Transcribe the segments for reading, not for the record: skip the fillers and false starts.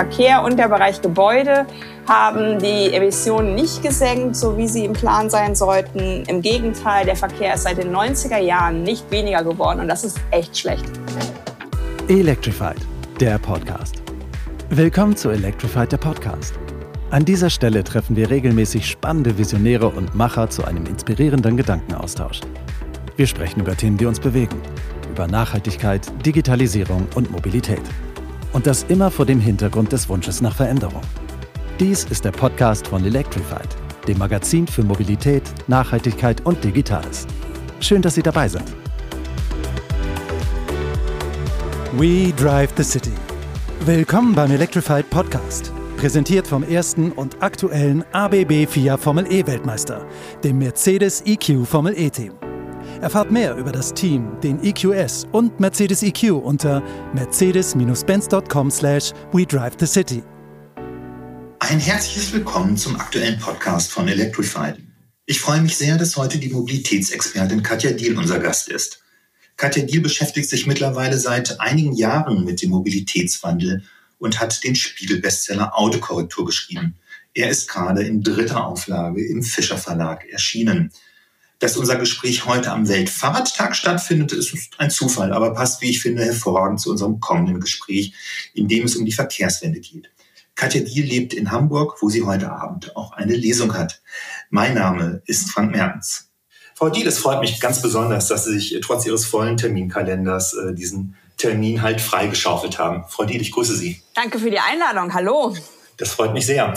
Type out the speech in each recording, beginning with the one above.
Verkehr und der Bereich Gebäude haben die Emissionen nicht gesenkt, so wie sie im Plan sein sollten. Im Gegenteil, der Verkehr ist seit den 90er Jahren nicht weniger geworden und das ist echt schlecht. Electrified, der Podcast. Willkommen zu Electrified, der Podcast. An dieser Stelle treffen wir regelmäßig spannende Visionäre und Macher zu einem inspirierenden Gedankenaustausch. Wir sprechen über Themen, die uns bewegen, über Nachhaltigkeit, Digitalisierung und Mobilität. Und das immer vor dem Hintergrund des Wunsches nach Veränderung. Dies ist der Podcast von Electrified, dem Magazin für Mobilität, Nachhaltigkeit und Digitales. Schön, dass Sie dabei sind. We Drive the City. Willkommen beim Electrified Podcast. Präsentiert vom ersten und aktuellen ABB FIA Formel E-Weltmeister, dem Mercedes EQ Formel E-Team. Erfahrt mehr über das Team, den EQS und Mercedes EQ unter mercedes-benz.com/WeDriveTheCity. Ein herzliches Willkommen zum aktuellen Podcast von Electrified. Ich freue mich sehr, dass heute die Mobilitätsexpertin Katja Diehl unser Gast ist. Katja Diehl beschäftigt sich mittlerweile seit einigen Jahren mit dem Mobilitätswandel und hat den Spiegel-Bestseller Autokorrektur geschrieben. Er ist gerade in 3. Auflage im Fischer Verlag erschienen. Dass unser Gespräch heute am Weltfahrradtag stattfindet, ist ein Zufall, aber passt, wie ich finde, hervorragend zu unserem kommenden Gespräch, in dem es um die Verkehrswende geht. Katja Diehl lebt in Hamburg, wo sie heute Abend auch eine Lesung hat. Mein Name ist Frank Mertens. Frau Diehl, es freut mich ganz besonders, dass Sie sich trotz Ihres vollen Terminkalenders diesen Termin halt freigeschaufelt haben. Frau Diehl, ich grüße Sie. Danke für die Einladung. Hallo. Das freut mich sehr.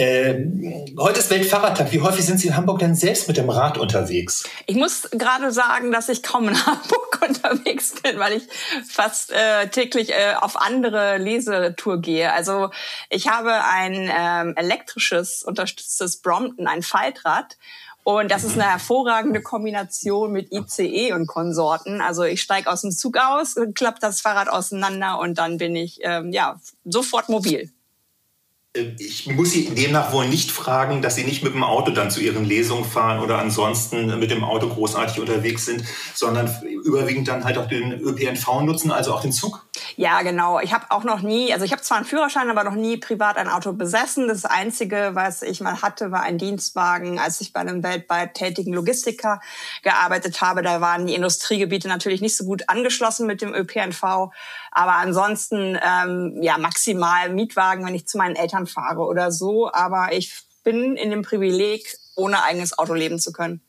Heute ist Weltfahrradtag. Wie häufig sind Sie in Hamburg denn selbst mit dem Rad unterwegs? Ich muss gerade sagen, dass ich kaum in Hamburg unterwegs bin, weil ich fast täglich auf andere Lesetour gehe. Also ich habe ein elektrisches, unterstütztes Brompton, ein Faltrad. Und das ist eine hervorragende Kombination mit ICE und Konsorten. Also ich steige aus dem Zug aus, klappe das Fahrrad auseinander und dann bin ich sofort mobil. Ich muss Sie demnach wohl nicht fragen, dass Sie nicht mit dem Auto dann zu Ihren Lesungen fahren oder ansonsten mit dem Auto großartig unterwegs sind, sondern überwiegend dann halt auch den ÖPNV nutzen, also auch den Zug? Ja, genau. Ich habe auch noch nie, also ich habe zwar einen Führerschein, aber noch nie privat ein Auto besessen. Das Einzige, was ich mal hatte, war ein Dienstwagen, als ich bei einem weltweit tätigen Logistiker gearbeitet habe. Da waren die Industriegebiete natürlich nicht so gut angeschlossen mit dem ÖPNV. Aber ansonsten, maximal Mietwagen, wenn ich zu meinen Eltern fahre oder so. Aber ich bin in dem Privileg, ohne eigenes Auto leben zu können.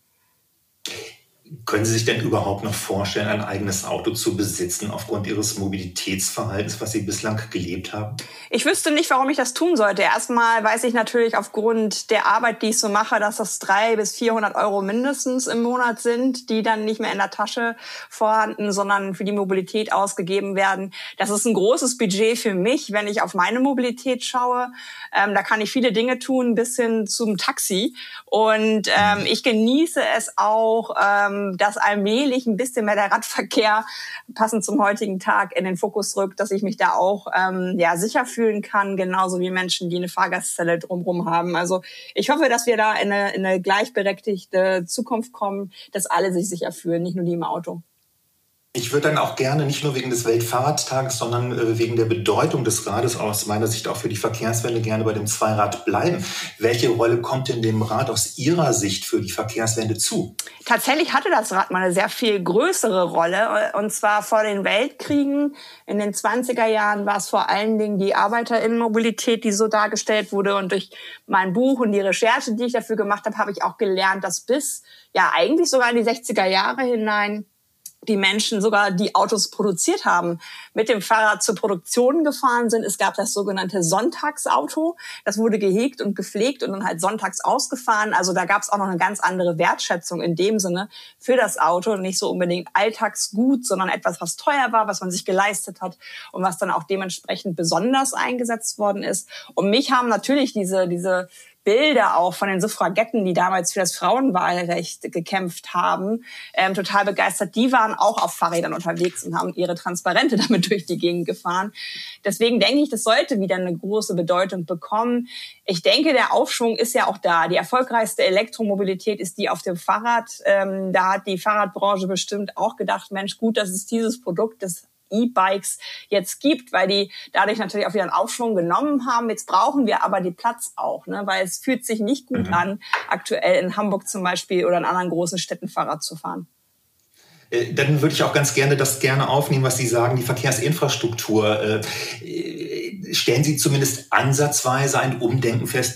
Können Sie sich denn überhaupt noch vorstellen, ein eigenes Auto zu besitzen aufgrund Ihres Mobilitätsverhaltens, was Sie bislang gelebt haben? Ich wüsste nicht, warum ich das tun sollte. Erstmal weiß ich natürlich aufgrund der Arbeit, die ich so mache, dass das 300 bis 400 Euro mindestens im Monat sind, die dann nicht mehr in der Tasche vorhanden, sondern für die Mobilität ausgegeben werden. Das ist ein großes Budget für mich, wenn ich auf meine Mobilität schaue. Da kann ich viele Dinge tun, bis hin zum Taxi. Und ich genieße es auch, dass allmählich ein bisschen mehr der Radverkehr passend zum heutigen Tag in den Fokus rückt, dass ich mich da auch sicher fühlen kann, genauso wie Menschen, die eine Fahrgastzelle drumherum haben. Also ich hoffe, dass wir da in eine gleichberechtigte Zukunft kommen, dass alle sich sicher fühlen, nicht nur die im Auto. Ich würde dann auch gerne, nicht nur wegen des Weltfahrradtages, sondern wegen der Bedeutung des Rades aus meiner Sicht auch für die Verkehrswende gerne bei dem Zweirad bleiben. Welche Rolle kommt denn dem Rad aus Ihrer Sicht für die Verkehrswende zu? Tatsächlich hatte das Rad mal eine sehr viel größere Rolle. Und zwar vor den Weltkriegen. In den 20er Jahren war es vor allen Dingen die Arbeiterinnenmobilität, die so dargestellt wurde. Und durch mein Buch und die Recherche, die ich dafür gemacht habe, habe ich auch gelernt, dass bis eigentlich sogar in die 60er Jahre hinein die Menschen sogar die Autos produziert haben, mit dem Fahrrad zur Produktion gefahren sind. Es gab das sogenannte Sonntagsauto. Das wurde gehegt und gepflegt und dann halt sonntags ausgefahren. Also da gab es auch noch eine ganz andere Wertschätzung in dem Sinne für das Auto. Nicht so unbedingt Alltagsgut, sondern etwas, was teuer war, was man sich geleistet hat und was dann auch dementsprechend besonders eingesetzt worden ist. Und mich haben natürlich diese Bilder auch von den Suffragetten, die damals für das Frauenwahlrecht gekämpft haben, total begeistert. Die waren auch auf Fahrrädern unterwegs und haben ihre Transparente damit durch die Gegend gefahren. Deswegen denke ich, das sollte wieder eine große Bedeutung bekommen. Ich denke, der Aufschwung ist ja auch da. Die erfolgreichste Elektromobilität ist die auf dem Fahrrad. Da hat die Fahrradbranche bestimmt auch gedacht, Mensch, gut, dass es dieses Produkt, das E-Bikes jetzt gibt, weil die dadurch natürlich auch wieder einen Aufschwung genommen haben. Jetzt brauchen wir aber den Platz auch, ne? Weil es fühlt sich nicht gut an, aktuell in Hamburg zum Beispiel oder in anderen großen Städten Fahrrad zu fahren. Dann würde ich auch ganz gerne aufnehmen, was Sie sagen, die Verkehrsinfrastruktur. Stellen Sie zumindest ansatzweise ein Umdenken fest.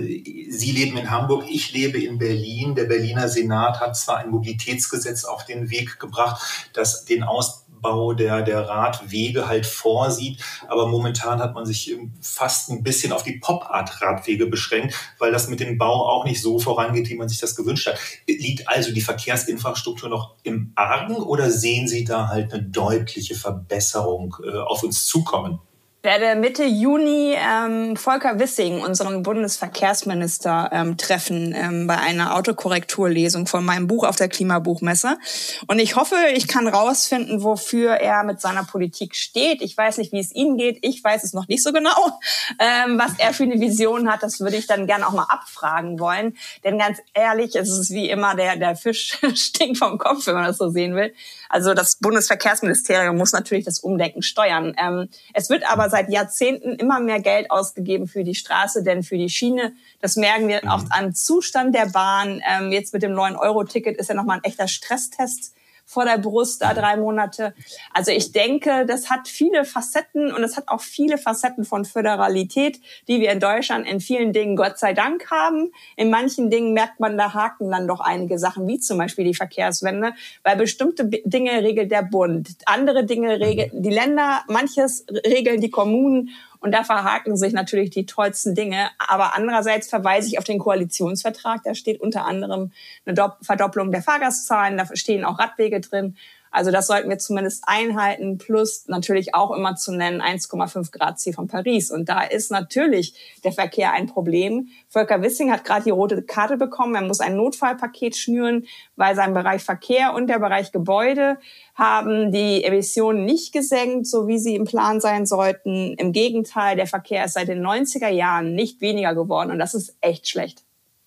Sie leben in Hamburg, ich lebe in Berlin. Der Berliner Senat hat zwar ein Mobilitätsgesetz auf den Weg gebracht, das den Ausbau der Radwege halt vorsieht, aber momentan hat man sich fast ein bisschen auf die Pop-Art-Radwege beschränkt, weil das mit dem Bau auch nicht so vorangeht, wie man sich das gewünscht hat. Liegt also die Verkehrsinfrastruktur noch im Argen oder sehen Sie da halt eine deutliche Verbesserung auf uns zukommen? Ich werde Mitte Juni Volker Wissing, unseren Bundesverkehrsminister, treffen bei einer Autokorrekturlesung von meinem Buch auf der Klimabuchmesse. Und ich hoffe, ich kann rausfinden, wofür er mit seiner Politik steht. Ich weiß nicht, wie es Ihnen geht. Ich weiß es noch nicht so genau. Was er für eine Vision hat, das würde ich dann gerne auch mal abfragen wollen. Denn ganz ehrlich, es ist wie immer, der Fisch stinkt vom Kopf, wenn man das so sehen will. Also das Bundesverkehrsministerium muss natürlich das Umdenken steuern. Es wird aber seit Jahrzehnten immer mehr Geld ausgegeben für die Straße, denn für die Schiene. Das merken wir auch am Zustand der Bahn. Jetzt mit dem 9-Euro-Ticket ist ja nochmal ein echter Stresstest vor der Brust, da 3 Monate. Also ich denke, das hat viele Facetten und es hat auch viele Facetten von Föderalität, die wir in Deutschland in vielen Dingen Gott sei Dank haben. In manchen Dingen merkt man, da haken dann doch einige Sachen, wie zum Beispiel die Verkehrswende, weil bestimmte Dinge regelt der Bund, andere Dinge regeln die Länder, manches regeln die Kommunen. Und da verhaken sich natürlich die tollsten Dinge. Aber andererseits verweise ich auf den Koalitionsvertrag. Da steht unter anderem eine Verdopplung der Fahrgastzahlen. Da stehen auch Radwege drin. Also das sollten wir zumindest einhalten. Plus natürlich auch immer zu nennen 1,5 Grad Ziel von Paris. Und da ist natürlich der Verkehr ein Problem. Volker Wissing hat gerade die rote Karte bekommen. Er muss ein Notfallpaket schnüren, weil sein Bereich Verkehr und der Bereich Gebäude haben die Emissionen nicht gesenkt, so wie sie im Plan sein sollten. Im Gegenteil, der Verkehr ist seit den 90er Jahren nicht weniger geworden. Und das ist echt schlecht.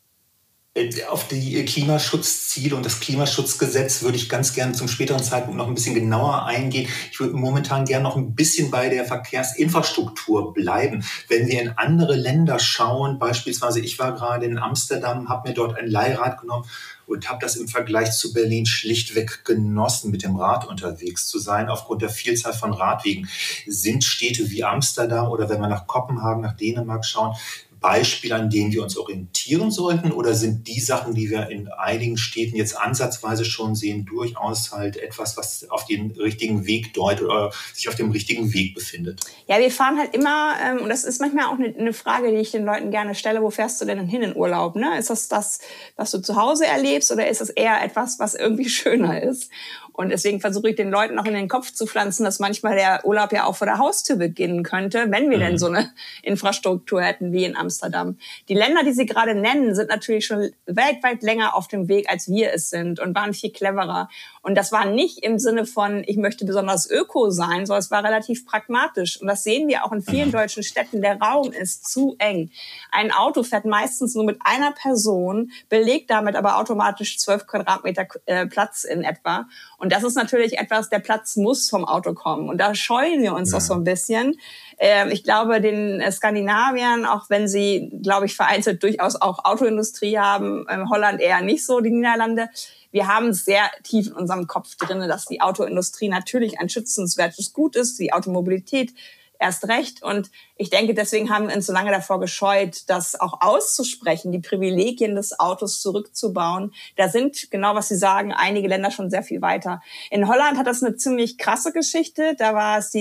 Auf die Klimaschutzziele und das Klimaschutzgesetz würde ich ganz gerne zum späteren Zeitpunkt noch ein bisschen genauer eingehen. Ich würde momentan gerne noch ein bisschen bei der Verkehrsinfrastruktur bleiben. Wenn wir in andere Länder schauen, beispielsweise ich war gerade in Amsterdam, habe mir dort ein Leihrad genommen und habe das im Vergleich zu Berlin schlichtweg genossen, mit dem Rad unterwegs zu sein, aufgrund der Vielzahl von Radwegen. Sind Städte wie Amsterdam oder wenn wir nach Kopenhagen, nach Dänemark schauen, Beispiele, an denen wir uns orientieren sollten? Oder sind die Sachen, die wir in einigen Städten jetzt ansatzweise schon sehen, durchaus halt etwas, was auf den richtigen Weg deutet oder sich auf dem richtigen Weg befindet? Ja, wir fahren halt immer, und das ist manchmal auch eine Frage, die ich den Leuten gerne stelle, wo fährst du denn hin in Urlaub? Ne? Ist das, was du zu Hause erlebst, oder ist es eher etwas, was irgendwie schöner ist? Und deswegen versuche ich den Leuten auch in den Kopf zu pflanzen, dass manchmal der Urlaub ja auch vor der Haustür beginnen könnte, wenn wir denn so eine Infrastruktur hätten wie in Amsterdam. Die Länder, die Sie gerade nennen, sind natürlich schon weltweit länger auf dem Weg, als wir es sind und waren viel cleverer. Und das war nicht im Sinne von, ich möchte besonders öko sein, sondern es war relativ pragmatisch. Und das sehen wir auch in vielen deutschen Städten. Der Raum ist zu eng. Ein Auto fährt meistens nur mit einer Person, belegt damit aber automatisch 12 Quadratmeter Platz in etwa. Und das ist natürlich etwas, der Platz muss vom Auto kommen. Und da scheuen wir uns doch so ein bisschen. Ich glaube, den Skandinaviern, auch wenn sie, glaube ich, vereinzelt durchaus auch Autoindustrie haben, Holland eher nicht so, die Niederlande, wir haben es sehr tief in unserem Kopf drin, dass die Autoindustrie natürlich ein schützenswertes Gut ist, die Automobilität erst recht. Und ich denke, deswegen haben wir uns so lange davor gescheut, das auch auszusprechen, die Privilegien des Autos zurückzubauen. Da sind, genau was Sie sagen, einige Länder schon sehr viel weiter. In Holland hat das eine ziemlich krasse Geschichte. Da war es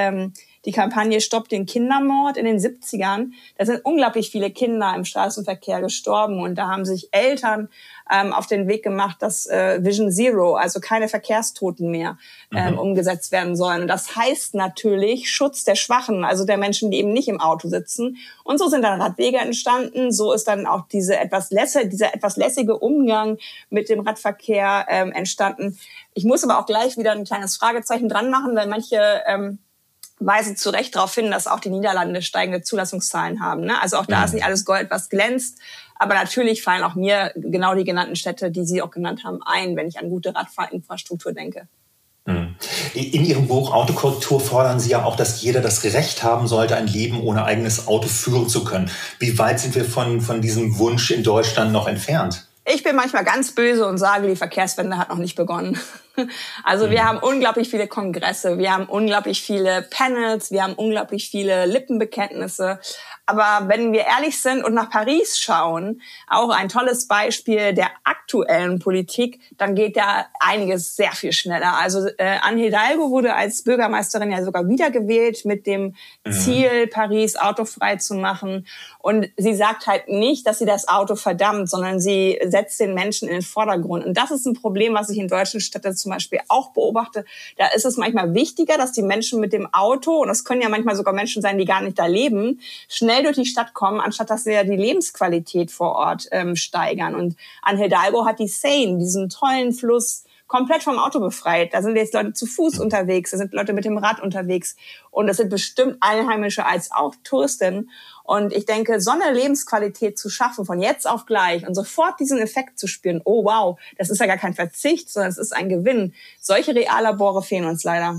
die Kampagne Stopp den Kindermord in den 70ern. Da sind unglaublich viele Kinder im Straßenverkehr gestorben. Und da haben sich Eltern auf den Weg gemacht, dass Vision Zero, also keine Verkehrstoten mehr, umgesetzt werden sollen. Und das heißt natürlich Schutz der Schwachen, also der Menschen, die eben nicht im Auto sitzen. Und so sind dann Radwege entstanden. So ist dann auch dieser etwas lässige Umgang mit dem Radverkehr entstanden. Ich muss aber auch gleich wieder ein kleines Fragezeichen dran machen, weil manche weisen zu Recht darauf hin, dass auch die Niederlande steigende Zulassungszahlen haben. Ne? Also auch da ist nicht alles Gold, was glänzt. Aber natürlich fallen auch mir genau die genannten Städte, die Sie auch genannt haben, ein, wenn ich an gute Radfahrinfrastruktur denke. In Ihrem Buch Autokorrektur fordern Sie ja auch, dass jeder das Recht haben sollte, ein Leben ohne eigenes Auto führen zu können. Wie weit sind wir von diesem Wunsch in Deutschland noch entfernt? Ich bin manchmal ganz böse und sage, die Verkehrswende hat noch nicht begonnen. Also wir haben unglaublich viele Kongresse, wir haben unglaublich viele Panels, wir haben unglaublich viele Lippenbekenntnisse. Aber wenn wir ehrlich sind und nach Paris schauen, auch ein tolles Beispiel der aktuellen Politik, dann geht da einiges sehr viel schneller. Also Anne Hidalgo wurde als Bürgermeisterin ja sogar wiedergewählt mit dem Ziel, Paris autofrei zu machen. Und sie sagt halt nicht, dass sie das Auto verdammt, sondern sie setzt den Menschen in den Vordergrund. Und das ist ein Problem, was ich in deutschen Städten zum Beispiel auch beobachte. Da ist es manchmal wichtiger, dass die Menschen mit dem Auto, und das können ja manchmal sogar Menschen sein, die gar nicht da leben, schnell durch die Stadt kommen, anstatt dass sie ja die Lebensqualität vor Ort steigern. Und Anne Hidalgo hat die Seine, diesen tollen Fluss, komplett vom Auto befreit. Da sind jetzt Leute zu Fuß unterwegs, da sind Leute mit dem Rad unterwegs. Und das sind bestimmt Einheimische als auch Touristinnen. Und ich denke, so eine Lebensqualität zu schaffen, von jetzt auf gleich und sofort diesen Effekt zu spüren, oh wow, das ist ja gar kein Verzicht, sondern es ist ein Gewinn. Solche Reallabore fehlen uns leider.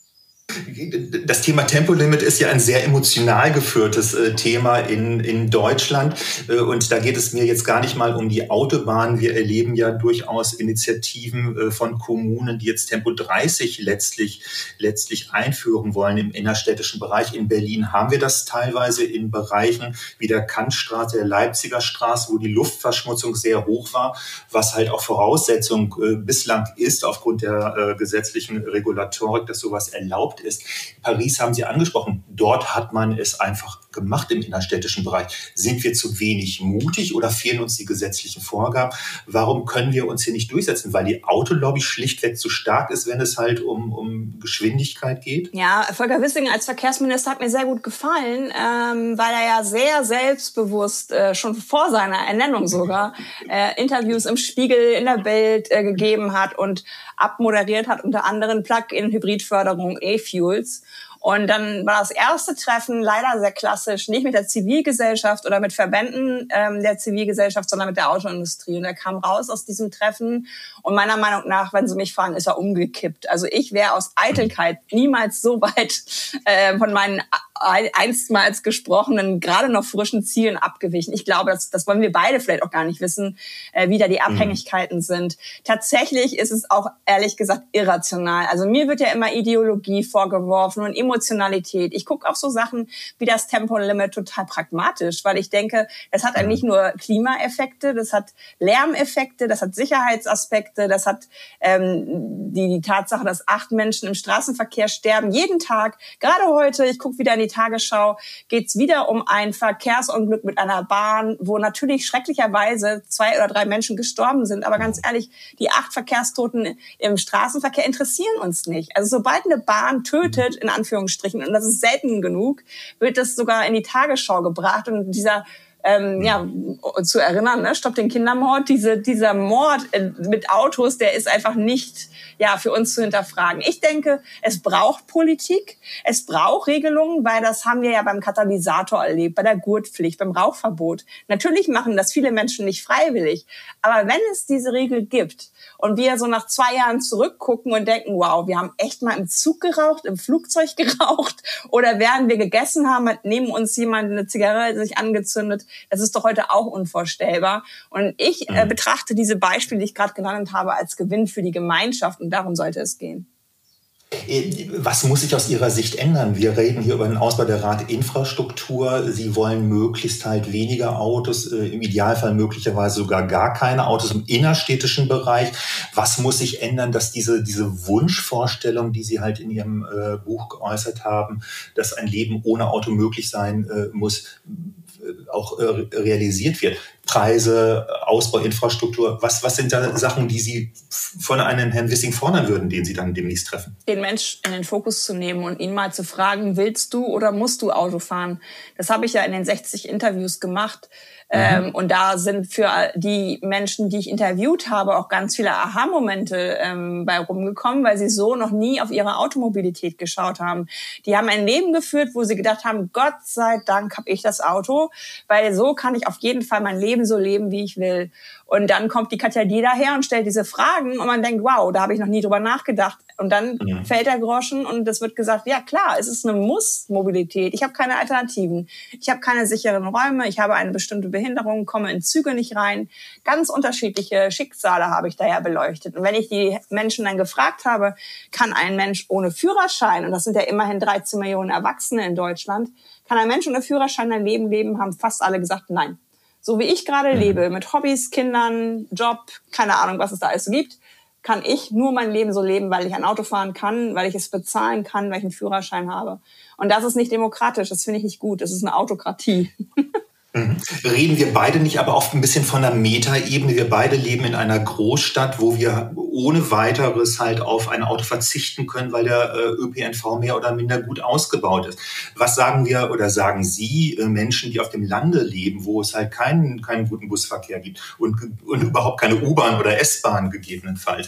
Das Thema Tempolimit ist ja ein sehr emotional geführtes Thema in Deutschland. Und da geht es mir jetzt gar nicht mal um die Autobahn. Wir erleben ja durchaus Initiativen von Kommunen, die jetzt Tempo 30 letztlich einführen wollen im innerstädtischen Bereich. In Berlin haben wir das teilweise in Bereichen wie der Kantstraße, der Leipziger Straße, wo die Luftverschmutzung sehr hoch war, was halt auch Voraussetzung bislang ist aufgrund der gesetzlichen Regulatorik, dass sowas erlaubt ist. Paris haben Sie angesprochen. Dort hat man es einfach gemacht im innerstädtischen Bereich. Sind wir zu wenig mutig oder fehlen uns die gesetzlichen Vorgaben? Warum können wir uns hier nicht durchsetzen? Weil die Autolobby schlichtweg zu stark ist, wenn es halt um Geschwindigkeit geht? Ja, Volker Wissing als Verkehrsminister hat mir sehr gut gefallen, weil er ja sehr selbstbewusst, schon vor seiner Ernennung sogar, Interviews im Spiegel, in der Welt gegeben hat und abmoderiert hat, unter anderem Plug-in-Hybridförderung, E-Fuels. Und dann war das erste Treffen leider sehr klassisch, nicht mit der Zivilgesellschaft oder mit Verbänden der Zivilgesellschaft, sondern mit der Autoindustrie. Und er kam raus aus diesem Treffen und meiner Meinung nach, wenn Sie mich fragen, ist er umgekippt. Also ich wäre aus Eitelkeit niemals so weit von meinen einstmals gesprochenen, gerade noch frischen Zielen abgewichen. Ich glaube, das wollen wir beide vielleicht auch gar nicht wissen, wie da die Abhängigkeiten sind. Tatsächlich ist es auch, ehrlich gesagt, irrational. Also mir wird ja immer Ideologie vorgeworfen und Emotionalität. Ich gucke auch so Sachen wie das Tempolimit total pragmatisch, weil ich denke, das hat nicht nur Klimaeffekte, das hat Lärmeffekte, das hat Sicherheitsaspekte, das hat die Tatsache, dass 8 Menschen im Straßenverkehr sterben, jeden Tag. Gerade heute, ich gucke wieder in die Tagesschau, geht es wieder um ein Verkehrsunglück mit einer Bahn, wo natürlich schrecklicherweise 2 oder 3 Menschen gestorben sind. Aber ganz ehrlich, die 8 Verkehrstoten im Straßenverkehr interessieren uns nicht. Also sobald eine Bahn tötet, in Anführungsstrichen, und das ist selten genug, wird das sogar in die Tagesschau gebracht. Und dieser zu erinnern, ne, Stopp den Kindermord, dieser Mord mit Autos, der ist einfach nicht für uns zu hinterfragen. Ich denke, es braucht Politik, es braucht Regelungen, weil das haben wir ja beim Katalysator erlebt, bei der Gurtpflicht, beim Rauchverbot. Natürlich machen das viele Menschen nicht freiwillig, aber wenn es diese Regel gibt und wir so nach 2 Jahren zurückgucken und denken, wow, wir haben echt mal im Zug geraucht, im Flugzeug geraucht oder während wir gegessen haben, hat neben uns jemand eine Zigarette sich angezündet. Das ist doch heute auch unvorstellbar. Und ich betrachte diese Beispiele, die ich gerade genannt habe, als Gewinn für die Gemeinschaft. Und darum sollte es gehen. Was muss sich aus Ihrer Sicht ändern? Wir reden hier über den Ausbau der Radinfrastruktur. Sie wollen möglichst halt weniger Autos, im Idealfall möglicherweise sogar gar keine Autos im innerstädtischen Bereich. Was muss sich ändern, dass diese Wunschvorstellung, die Sie halt in Ihrem Buch geäußert haben, dass ein Leben ohne Auto möglich sein muss, auch realisiert wird? Preise, Ausbau, Infrastruktur, was sind da Sachen, die Sie von einem Herrn Wissing fordern würden, den Sie dann demnächst treffen? Den Mensch in den Fokus zu nehmen und ihn mal zu fragen, willst du oder musst du Auto fahren? Das habe ich ja in den 60 Interviews gemacht. Und da sind für die Menschen, die ich interviewt habe, auch ganz viele Aha-Momente bei rumgekommen, weil sie so noch nie auf ihre Automobilität geschaut haben. Die haben ein Leben geführt, wo sie gedacht haben, Gott sei Dank habe ich das Auto, weil so kann ich auf jeden Fall mein Leben so leben, wie ich will. Und dann kommt die Katja Diel daher und stellt diese Fragen und man denkt, wow, da habe ich noch nie drüber nachgedacht. Und dann fällt der Groschen und es wird gesagt, ja klar, es ist eine Muss-Mobilität. Ich habe keine Alternativen. Ich habe keine sicheren Räume. Ich habe eine bestimmte Behinderung, komme in Züge nicht rein. Ganz unterschiedliche Schicksale habe ich daher beleuchtet. Und wenn ich die Menschen dann gefragt habe, kann ein Mensch ohne Führerschein, und das sind ja immerhin 13 Millionen Erwachsene in Deutschland, kann ein Mensch ohne Führerschein ein Leben leben, haben fast alle gesagt, nein. So wie ich gerade lebe, mit Hobbys, Kindern, Job, keine Ahnung, was es da alles so gibt, kann ich nur mein Leben so leben, weil ich ein Auto fahren kann, weil ich es bezahlen kann, weil ich einen Führerschein habe. Und das ist nicht demokratisch, das finde ich nicht gut, das ist eine Autokratie. Reden wir beide nicht aber oft ein bisschen von der Metaebene? Wir beide leben in einer Großstadt, wo wir ohne weiteres halt auf ein Auto verzichten können, weil der ÖPNV mehr oder minder gut ausgebaut ist. Was sagen wir oder sagen Sie Menschen, die auf dem Lande leben, wo es halt keinen guten Busverkehr gibt und überhaupt keine U-Bahn oder S-Bahn gegebenenfalls?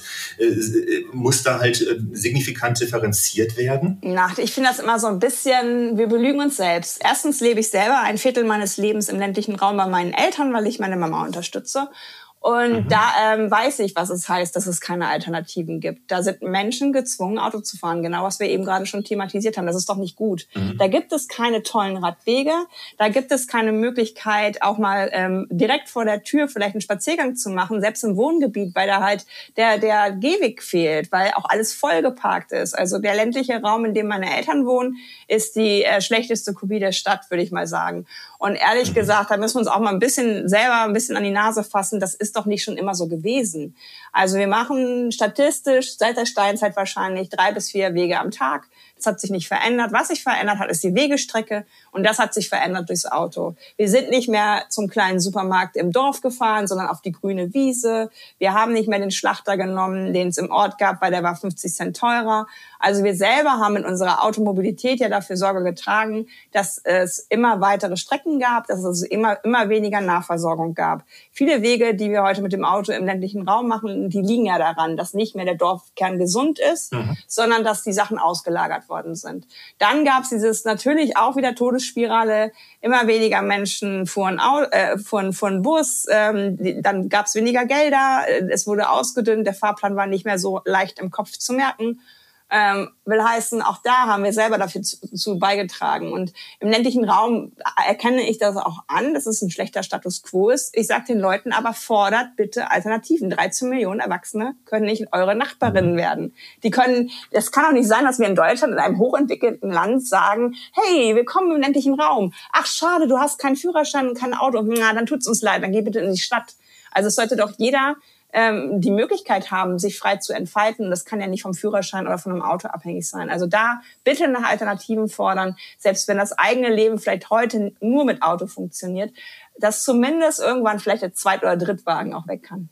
Muss da halt signifikant differenziert werden? Ich finde das immer so ein bisschen, wir belügen uns selbst. Erstens lebe ich selber ein Viertel meines Lebens im ländlichen Raum bei meinen Eltern, weil ich meine Mama unterstütze. Und da weiß ich, was es heißt, dass es keine Alternativen gibt. Da sind Menschen gezwungen, Auto zu fahren. Genau, was wir eben gerade schon thematisiert haben. Das ist doch nicht gut. Da gibt es keine tollen Radwege. Da gibt es keine Möglichkeit, auch mal direkt vor der Tür vielleicht einen Spaziergang zu machen, selbst im Wohngebiet, weil da halt der Gehweg fehlt, weil auch alles vollgeparkt ist. Also der ländliche Raum, in dem meine Eltern wohnen, ist die schlechteste Kopie der Stadt, würde ich mal sagen. Und ehrlich gesagt, da müssen wir uns auch mal selber ein bisschen an die Nase fassen. Das ist doch nicht schon immer so gewesen. Also wir machen statistisch seit der Steinzeit wahrscheinlich 3 bis 4 Wege am Tag. Das hat sich nicht verändert. Was sich verändert hat, ist die Wegestrecke. Und das hat sich verändert durchs Auto. Wir sind nicht mehr zum kleinen Supermarkt im Dorf gefahren, sondern auf die grüne Wiese. Wir haben nicht mehr den Schlachter genommen, den es im Ort gab, weil der war 50 Cent teurer. Also wir selber haben in unserer Automobilität ja dafür Sorge getragen, dass es immer weitere Strecken gab, dass es immer weniger Nahversorgung gab. Viele Wege, die wir heute mit dem Auto im ländlichen Raum machen, die liegen ja daran, dass nicht mehr der Dorfkern gesund ist, sondern dass die Sachen ausgelagert worden sind. Dann gab es dieses natürlich auch wieder Todesspirale, immer weniger Menschen fuhren Bus, dann gab es weniger Gelder, es wurde ausgedünnt, der Fahrplan war nicht mehr so leicht im Kopf zu merken. Will heißen, auch da haben wir selber dafür zu beigetragen. Und im ländlichen Raum erkenne ich das auch an, dass es ein schlechter Status quo ist. Ich sage den Leuten aber, fordert bitte Alternativen. 13 Millionen Erwachsene können nicht eure Nachbarinnen werden. Das kann doch nicht sein, dass wir in Deutschland, in einem hochentwickelten Land sagen, hey, willkommen im ländlichen Raum. Ach, schade, du hast keinen Führerschein und kein Auto. Na, dann tut's uns leid, dann geh bitte in die Stadt. Also es sollte doch jeder die Möglichkeit haben, sich frei zu entfalten. Das kann ja nicht vom Führerschein oder von einem Auto abhängig sein. Also da bitte nach Alternativen fordern, selbst wenn das eigene Leben vielleicht heute nur mit Auto funktioniert, dass zumindest irgendwann vielleicht der Zweit- oder Drittwagen auch weg kann.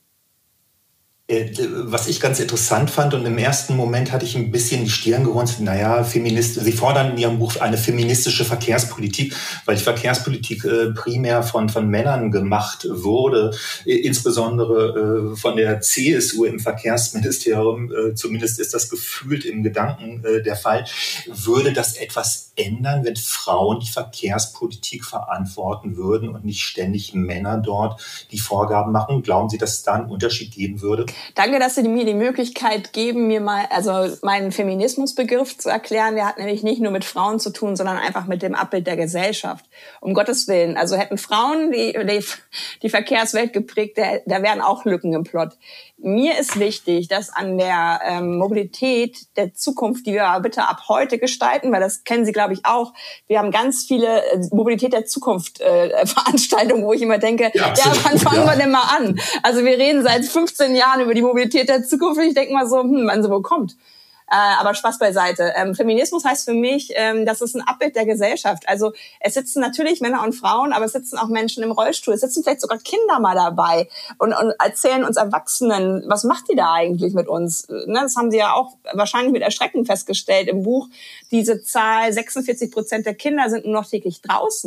Was ich ganz interessant fand, und im ersten Moment hatte ich ein bisschen die Stirn gerunzelt, Sie fordern in Ihrem Buch eine feministische Verkehrspolitik, weil die Verkehrspolitik primär von Männern gemacht wurde, insbesondere von der CSU im Verkehrsministerium, zumindest ist das gefühlt im Gedanken der Fall. Würde das etwas ändern, wenn Frauen die Verkehrspolitik verantworten würden und nicht ständig Männer dort die Vorgaben machen? Glauben Sie, dass es da einen Unterschied geben würde? Danke, dass Sie mir die Möglichkeit geben, mir mal meinen Feminismusbegriff zu erklären. Der hat nämlich nicht nur mit Frauen zu tun, sondern einfach mit dem Abbild der Gesellschaft. Um Gottes Willen. Also hätten Frauen die Verkehrswelt geprägt, da wären auch Lücken im Plot. Mir ist wichtig, dass an der Mobilität der Zukunft, die wir bitte ab heute gestalten, weil das kennen Sie, glaube ich, auch. Wir haben ganz viele Mobilität der Zukunft Veranstaltungen, wo ich immer denke, wann fangen wir denn mal an? Also wir reden seit 15 Jahren über die Mobilität der Zukunft und ich denke mal so, wann sie wohl kommt. Aber Spaß beiseite. Feminismus heißt für mich, das ist ein Abbild der Gesellschaft. Also es sitzen natürlich Männer und Frauen, aber es sitzen auch Menschen im Rollstuhl. Es sitzen vielleicht sogar Kinder mal dabei und erzählen uns Erwachsenen, was macht die da eigentlich mit uns? Ne, das haben sie ja auch wahrscheinlich mit Erschrecken festgestellt im Buch. Diese Zahl, 46% der Kinder sind nur noch täglich draußen.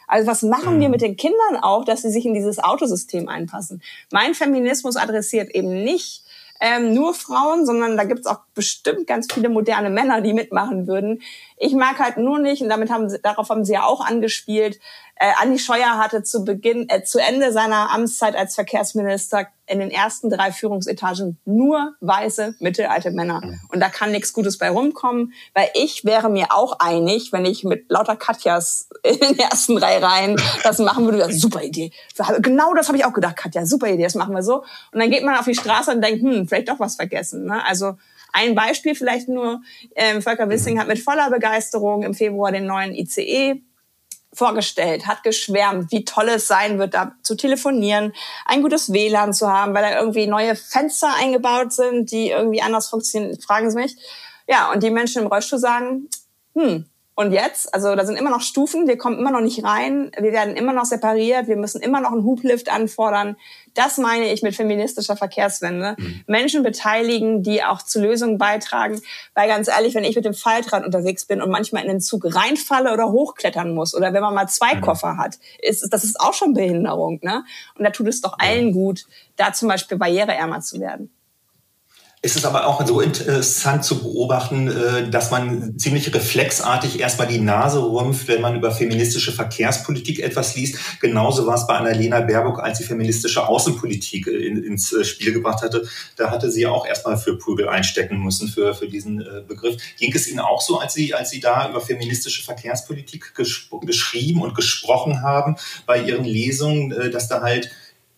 Also was machen wir mit den Kindern auch, dass sie sich in dieses Autosystem einpassen? Mein Feminismus adressiert eben nicht nur Frauen, sondern da gibt's auch bestimmt ganz viele moderne Männer, die mitmachen würden. Ich mag halt nur nicht, und darauf haben sie ja auch angespielt, Andi Scheuer hatte zu Ende seiner Amtszeit als Verkehrsminister in den ersten 3 Führungsetagen nur weiße, mittelalte Männer. Und da kann nichts Gutes bei rumkommen, weil ich wäre mir auch einig, wenn ich mit lauter Katjas in den ersten 3 Reihen das machen würde. Ja, super Idee. Genau das habe ich auch gedacht, Katja, super Idee, das machen wir so. Und dann geht man auf die Straße und denkt, vielleicht doch was vergessen. Ne? Also ein Beispiel vielleicht nur, Volker Wissing hat mit voller Begeisterung im Februar den neuen ICE vorgestellt, hat geschwärmt, wie toll es sein wird, da zu telefonieren, ein gutes WLAN zu haben, weil da irgendwie neue Fenster eingebaut sind, die irgendwie anders funktionieren, fragen Sie mich. Ja, und die Menschen im Rollstuhl sagen, und jetzt? Also da sind immer noch Stufen, wir kommen immer noch nicht rein, wir werden immer noch separiert, wir müssen immer noch einen Hublift anfordern. Das meine ich mit feministischer Verkehrswende. Menschen beteiligen, die auch zu Lösungen beitragen. Weil ganz ehrlich, wenn ich mit dem Faltrad unterwegs bin und manchmal in den Zug reinfalle oder hochklettern muss oder wenn man mal 2 Koffer hat, das ist auch schon Behinderung. Ne? Und da tut es doch allen gut, da zum Beispiel barriereärmer zu werden. Es ist aber auch so interessant zu beobachten, dass man ziemlich reflexartig erstmal die Nase rümpft, wenn man über feministische Verkehrspolitik etwas liest. Genauso war es bei Annalena Baerbock, als sie feministische Außenpolitik ins Spiel gebracht hatte. Da hatte sie auch erstmal für Prügel einstecken müssen für diesen Begriff. Ging es Ihnen auch so, als Sie da über feministische Verkehrspolitik geschrieben und gesprochen haben bei Ihren Lesungen, dass da halt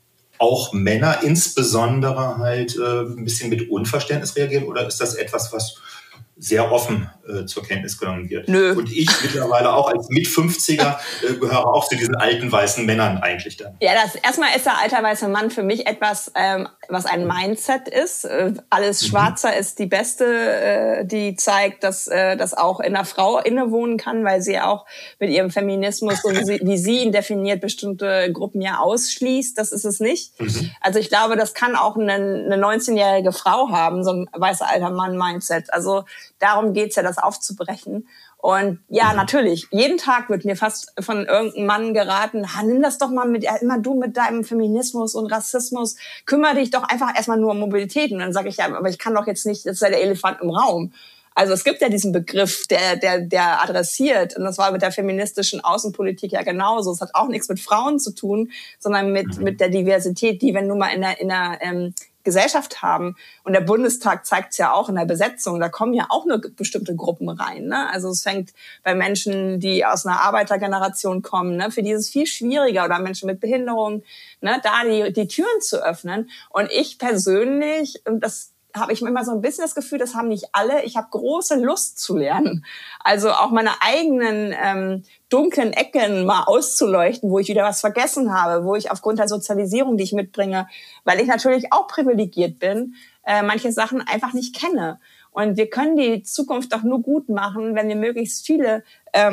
auch Männer insbesondere halt ein bisschen mit Unverständnis reagieren? Oder ist das etwas, was sehr offen zur Kenntnis genommen wird? Nö. Und ich mittlerweile auch als Mit-50er gehöre auch zu diesen alten weißen Männern eigentlich dann. Ja, erstmal ist der alter weiße Mann für mich etwas, was ein Mindset ist. Alles schwarzer ist die beste, die zeigt, dass das auch in einer Frau innewohnen kann, weil sie auch mit ihrem Feminismus, so wie sie ihn definiert, bestimmte Gruppen ja ausschließt. Das ist es nicht. Also ich glaube, das kann auch eine 19-jährige Frau haben, so ein weißer alter Mann-Mindset. Also darum geht's ja, das aufzubrechen. Und ja, natürlich, jeden Tag wird mir fast von irgendeinem Mann geraten, nimm das doch mal immer du mit deinem Feminismus und Rassismus, kümmere dich doch einfach erstmal nur um Mobilität. Und dann sage ich, ja, aber ich kann doch jetzt nicht, das ist ja der Elefant im Raum. Also es gibt ja diesen Begriff, der adressiert, und das war mit der feministischen Außenpolitik ja genauso. Es hat auch nichts mit Frauen zu tun, sondern mit der Diversität, die wir nun mal in der Gesellschaft haben. Und der Bundestag zeigt es ja auch in der Besetzung. Da kommen ja auch nur bestimmte Gruppen rein. Ne? Also es fängt bei Menschen, die aus einer Arbeitergeneration kommen, ne? Für die ist es viel schwieriger, oder Menschen mit Behinderung, ne? Da die Türen zu öffnen. Und ich persönlich, und das habe ich immer so ein bisschen das Gefühl, das haben nicht alle. Ich habe große Lust zu lernen. Also auch meine eigenen dunklen Ecken mal auszuleuchten, wo ich wieder was vergessen habe, wo ich aufgrund der Sozialisierung, die ich mitbringe, weil ich natürlich auch privilegiert bin, manche Sachen einfach nicht kenne. Und wir können die Zukunft doch nur gut machen, wenn wir möglichst viele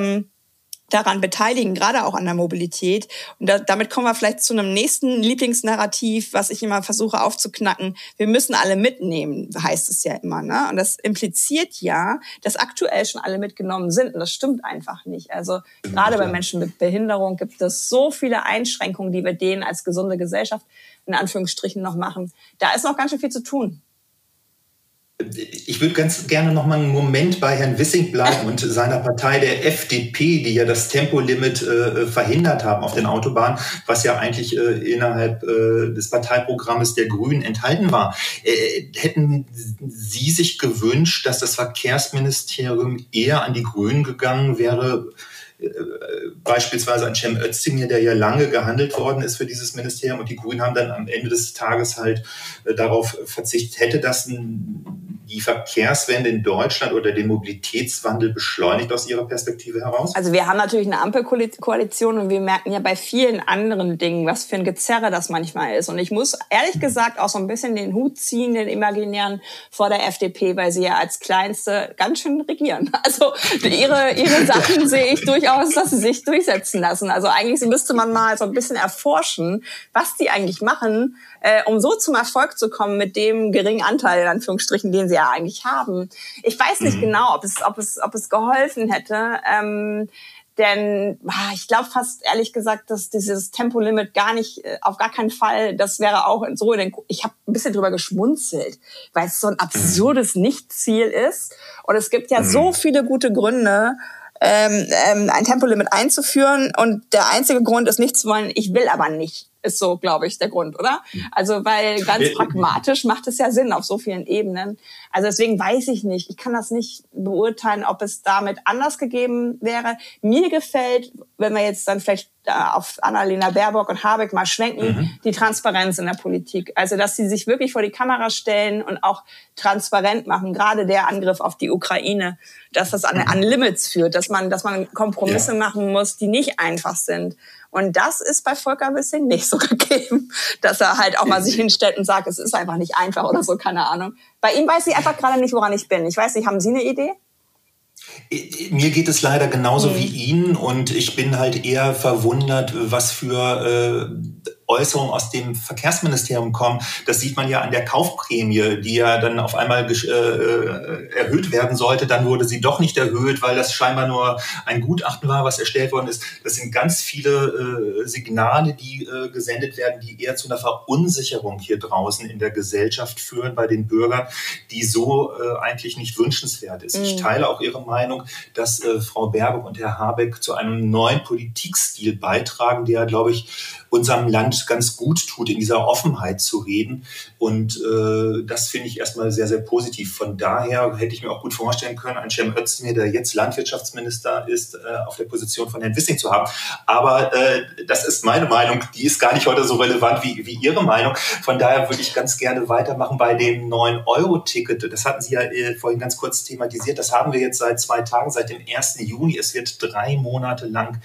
daran beteiligen, gerade auch an der Mobilität. Und damit kommen wir vielleicht zu einem nächsten Lieblingsnarrativ, was ich immer versuche aufzuknacken. Wir müssen alle mitnehmen, heißt es ja immer, ne? Und das impliziert ja, dass aktuell schon alle mitgenommen sind. Und das stimmt einfach nicht. Also gerade bei Menschen mit Behinderung gibt es so viele Einschränkungen, die wir denen als gesunde Gesellschaft in Anführungsstrichen noch machen. Da ist noch ganz schön viel zu tun. Ich würde ganz gerne noch mal einen Moment bei Herrn Wissing bleiben und seiner Partei, der FDP, die ja das Tempolimit verhindert haben auf den Autobahnen, was ja eigentlich innerhalb des Parteiprogrammes der Grünen enthalten war. Hätten Sie sich gewünscht, dass das Verkehrsministerium eher an die Grünen gegangen wäre? Beispielsweise an Cem Özdemir, der ja lange gehandelt worden ist für dieses Ministerium, und die Grünen haben dann am Ende des Tages halt darauf verzichtet. Hätte das die Verkehrswende in Deutschland oder den Mobilitätswandel beschleunigt aus Ihrer Perspektive heraus? Also wir haben natürlich eine Ampelkoalition und wir merken ja bei vielen anderen Dingen, was für ein Gezerre das manchmal ist. Und ich muss ehrlich gesagt auch so ein bisschen den Hut ziehen, den imaginären, vor der FDP, weil sie ja als Kleinste ganz schön regieren. Also ihre Sachen sehe ich durchaus, dass sie sich durchsetzen lassen. Also eigentlich müsste man mal so ein bisschen erforschen, was die eigentlich machen, um so zum Erfolg zu kommen mit dem geringen Anteil, in Anführungsstrichen, den sie ja eigentlich haben. Ich weiß nicht genau, ob es geholfen hätte. Denn ich glaube fast ehrlich gesagt, dass dieses Tempolimit auf gar keinen Fall, das wäre auch so ich habe ein bisschen drüber geschmunzelt, weil es so ein absurdes Nichtziel ist. Und es gibt ja so viele gute Gründe, ein Tempolimit einzuführen. Und der einzige Grund ist nicht zu wollen, ich will aber nicht. Ist so, glaube ich, der Grund, oder? Also, weil ganz pragmatisch macht es ja Sinn auf so vielen Ebenen. Also deswegen weiß ich nicht. Ich kann das nicht beurteilen, ob es damit anders gegeben wäre. Mir gefällt, wenn wir jetzt dann vielleicht auf Annalena Baerbock und Habeck mal schwenken, die Transparenz in der Politik. Also, dass sie sich wirklich vor die Kamera stellen und auch transparent machen. Gerade der Angriff auf die Ukraine, dass das an Limits führt, dass man Kompromisse machen muss, die nicht einfach sind. Und das ist bei Volker Wissing nicht so gegeben, dass er halt auch mal sich hinstellt und sagt, es ist einfach nicht einfach oder so, keine Ahnung. Bei ihm weiß ich einfach gerade nicht, woran ich bin. Ich weiß nicht, haben Sie eine Idee? Mir geht es leider genauso wie Ihnen und ich bin halt eher verwundert, was für Äußerungen aus dem Verkehrsministerium kommen. Das sieht man ja an der Kaufprämie, die ja dann auf einmal erhöht werden sollte. Dann wurde sie doch nicht erhöht, weil das scheinbar nur ein Gutachten war, was erstellt worden ist. Das sind ganz viele Signale, die gesendet werden, die eher zu einer Verunsicherung hier draußen in der Gesellschaft führen bei den Bürgern, die so eigentlich nicht wünschenswert ist. Ich teile auch Ihre Meinung, dass Frau Baerbock und Herr Habeck zu einem neuen Politikstil beitragen, der, glaube ich, unserem Land ganz gut tut, in dieser Offenheit zu reden. Und das finde ich erstmal sehr, sehr positiv. Von daher hätte ich mir auch gut vorstellen können, einen Cem Özdemir, der jetzt Landwirtschaftsminister ist, auf der Position von Herrn Wissing zu haben. Aber das ist meine Meinung. Die ist gar nicht heute so relevant wie Ihre Meinung. Von daher würde ich ganz gerne weitermachen bei dem 9-Euro-Ticket. Das hatten Sie ja vorhin ganz kurz thematisiert. Das haben wir jetzt seit 2 Tagen, seit dem 1. Juni. Es wird 3 Monate lang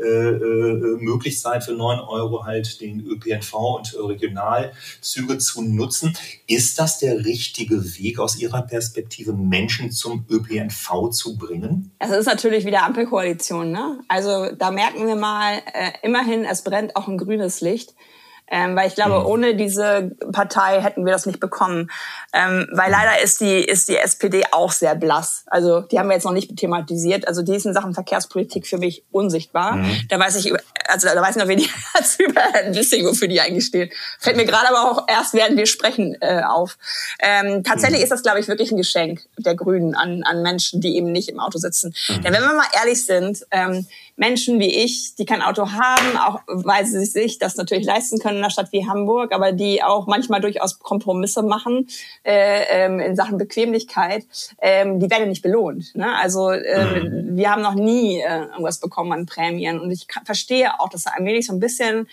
möglich sein, für 9 Euro halt den ÖPNV und Regionalzüge zu nutzen. Ist das der richtige Weg aus Ihrer Perspektive, Menschen zum ÖPNV zu bringen? Das ist natürlich wieder Ampelkoalition, ne? Also da merken wir mal, immerhin, es brennt auch ein grünes Licht. Weil ich glaube, ohne diese Partei hätten wir das nicht bekommen. Weil leider ist die SPD auch sehr blass. Also die haben wir jetzt noch nicht thematisiert. Also die ist in Sachen Verkehrspolitik für mich unsichtbar. Da weiß ich noch wenig als über ein bisschen, wofür die eigentlich stehen. Fällt mir gerade aber auch erst, während wir sprechen, auf. Tatsächlich ist das, glaube ich, wirklich ein Geschenk der Grünen an Menschen, die eben nicht im Auto sitzen. Denn wenn wir mal ehrlich sind, Menschen wie ich, die kein Auto haben, auch weil sie sich das natürlich leisten können in einer Stadt wie Hamburg, aber die auch manchmal durchaus Kompromisse machen in Sachen Bequemlichkeit, die werden nicht belohnt. Ne? Also wir haben noch nie irgendwas bekommen an Prämien und ich verstehe auch, dass da allmählich so ein bisschen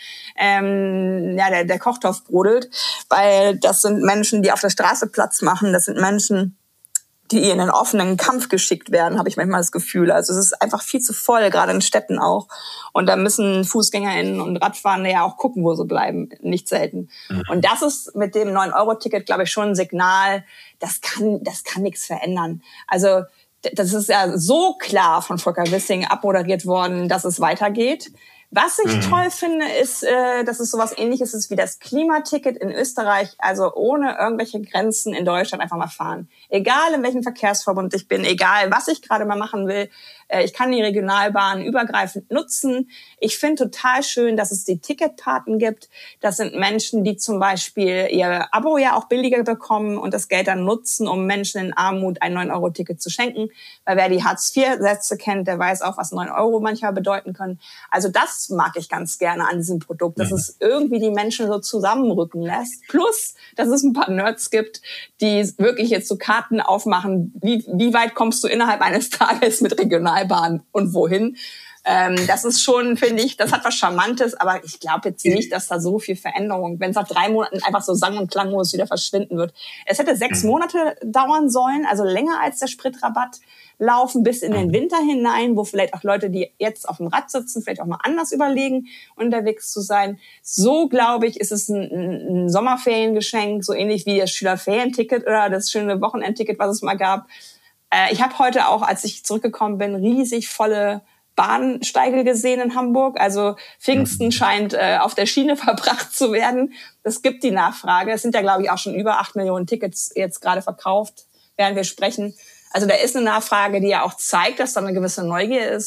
der Kochtopf brodelt, weil das sind Menschen, die auf der Straße Platz machen, das sind Menschen, die in einen offenen Kampf geschickt werden, habe ich manchmal das Gefühl. Also es ist einfach viel zu voll, gerade in Städten auch. Und da müssen FußgängerInnen und Radfahrende ja auch gucken, wo sie bleiben, nicht selten. Und das ist mit dem 9-Euro-Ticket, glaube ich, schon ein Signal, das kann nichts verändern. Also das ist ja so klar von Volker Wissing abmoderiert worden, dass es weitergeht. Was ich toll finde, ist, dass es sowas Ähnliches ist wie das Klimaticket in Österreich, also ohne irgendwelche Grenzen in Deutschland einfach mal fahren. Egal in welchem Verkehrsverbund ich bin, egal was ich gerade mal machen will, ich kann die Regionalbahn übergreifend nutzen. Ich finde total schön, dass es die Ticketpaten gibt. Das sind Menschen, die zum Beispiel ihr Abo ja auch billiger bekommen und das Geld dann nutzen, um Menschen in Armut ein 9-Euro-Ticket zu schenken. Weil wer die Hartz-IV-Sätze kennt, der weiß auch, was 9 Euro manchmal bedeuten können. Also das mag ich ganz gerne an diesem Produkt, dass es irgendwie die Menschen so zusammenrücken lässt. Plus, dass es ein paar Nerds gibt, die wirklich jetzt so Karten aufmachen, wie weit kommst du innerhalb eines Tages mit Regionalbahn und wohin. Das ist schon, finde ich, das hat was Charmantes, aber ich glaube jetzt nicht, dass da so viel Veränderung, wenn es nach 3 Monaten einfach so sang- und klanglos wieder verschwinden wird. Es hätte 6 Monate dauern sollen, also länger als der Spritrabatt laufen, bis in den Winter hinein, wo vielleicht auch Leute, die jetzt auf dem Rad sitzen, vielleicht auch mal anders überlegen, unterwegs zu sein. So, glaube ich, ist es ein Sommerferiengeschenk, so ähnlich wie das Schülerferienticket oder das schöne Wochenendticket, was es mal gab. Ich habe heute auch, als ich zurückgekommen bin, riesig volle Bahnsteige gesehen in Hamburg. Also Pfingsten scheint auf der Schiene verbracht zu werden. Es gibt die Nachfrage. Es sind ja, glaube ich, auch schon über 8 Millionen Tickets jetzt gerade verkauft, während wir sprechen. Also da ist eine Nachfrage, die ja auch zeigt, dass da eine gewisse Neugier ist.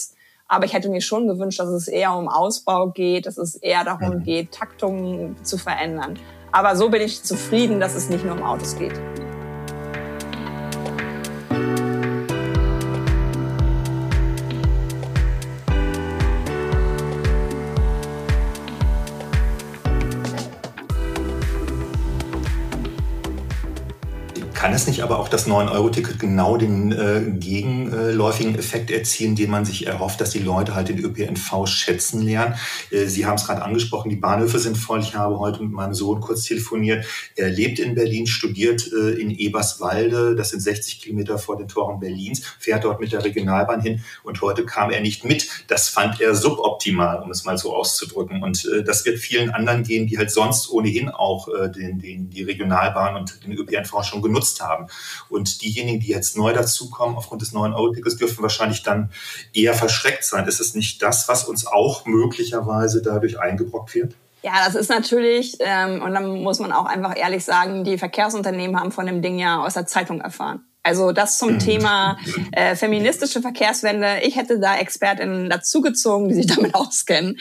Aber ich hätte mir schon gewünscht, dass es eher um Ausbau geht, dass es eher darum geht, Taktungen zu verändern. Aber so bin ich zufrieden, dass es nicht nur um Autos geht. Kann es nicht aber auch das 9-Euro-Ticket genau den gegenläufigen Effekt erzielen, den man sich erhofft, dass die Leute halt den ÖPNV schätzen lernen? Sie haben es gerade angesprochen, die Bahnhöfe sind voll. Ich habe heute mit meinem Sohn kurz telefoniert. Er lebt in Berlin, studiert in Eberswalde. Das sind 60 Kilometer vor den Toren Berlins, fährt dort mit der Regionalbahn hin. Und heute kam er nicht mit. Das fand er suboptimal, um es mal so auszudrücken. Und das wird vielen anderen gehen, die halt sonst ohnehin auch die Regionalbahn und den ÖPNV schon genutzt haben. Und diejenigen, die jetzt neu dazukommen aufgrund des 9-Euro-Tickets, dürfen wahrscheinlich dann eher verschreckt sein. Ist es nicht das, was uns auch möglicherweise dadurch eingebrockt wird? Ja, das ist natürlich, und dann muss man auch einfach ehrlich sagen, die Verkehrsunternehmen haben von dem Ding ja aus der Zeitung erfahren. Also das zum Thema feministische Verkehrswende. Ich hätte da ExpertInnen dazugezogen, die sich damit auskennen.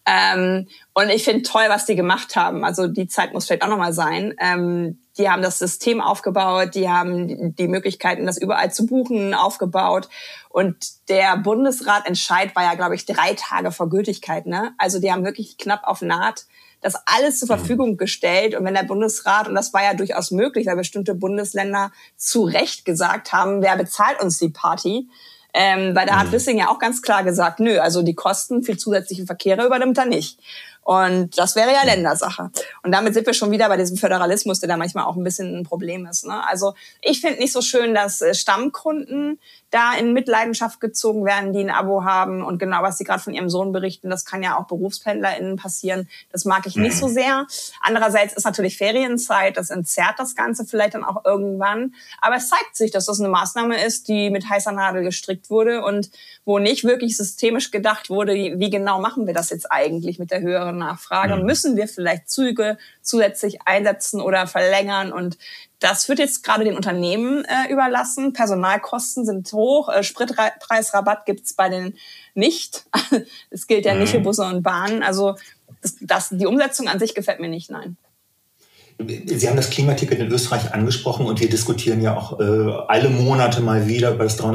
Und ich finde toll, was die gemacht haben. Also die Zeit muss vielleicht auch nochmal sein. Die haben das System aufgebaut, die haben die Möglichkeiten, das überall zu buchen, aufgebaut. Und der Bundesratentscheid war ja, glaube ich, 3 Tage vor Gültigkeit, ne? Also die haben wirklich knapp auf Naht das alles zur Verfügung gestellt. Und wenn der Bundesrat, und das war ja durchaus möglich, weil bestimmte Bundesländer zu Recht gesagt haben, wer bezahlt uns die Party? Weil da hat Wissing ja auch ganz klar gesagt, nö, also die Kosten für zusätzliche Verkehre übernimmt er nicht. Und das wäre ja Ländersache. Und damit sind wir schon wieder bei diesem Föderalismus, der da manchmal auch ein bisschen ein Problem ist, ne? Also ich finde nicht so schön, dass Stammkunden da in Mitleidenschaft gezogen werden, die ein Abo haben. Und genau, was Sie gerade von Ihrem Sohn berichten, das kann ja auch BerufspendlerInnen passieren. Das mag ich nicht so sehr. Andererseits ist natürlich Ferienzeit, das entzerrt das Ganze vielleicht dann auch irgendwann. Aber es zeigt sich, dass das eine Maßnahme ist, die mit heißer Nadel gestrickt wurde und wo nicht wirklich systemisch gedacht wurde, wie genau machen wir das jetzt eigentlich mit der höheren Nachfrage? Müssen wir vielleicht Züge zusätzlich einsetzen oder verlängern? Und das wird jetzt gerade den Unternehmen überlassen. Personalkosten sind hoch. Spritpreisrabatt gibt's bei den nicht. Es gilt ja nicht für Busse und Bahnen. Also die Umsetzung an sich gefällt mir nicht, nein. Sie haben das Klimaticket in Österreich angesprochen und wir diskutieren ja auch alle Monate mal wieder über das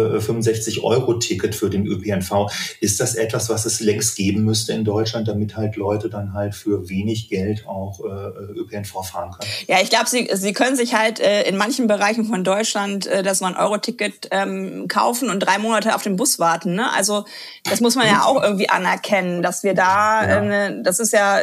365-Euro-Ticket für den ÖPNV. Ist das etwas, was es längst geben müsste in Deutschland, damit halt Leute dann halt für wenig Geld auch ÖPNV fahren können? Ja, ich glaube, Sie können sich halt in manchen Bereichen von Deutschland das 9-Euro-Ticket kaufen und 3 Monate auf den Bus warten, ne? Also das muss man ja auch irgendwie anerkennen, dass wir da, das ist ja,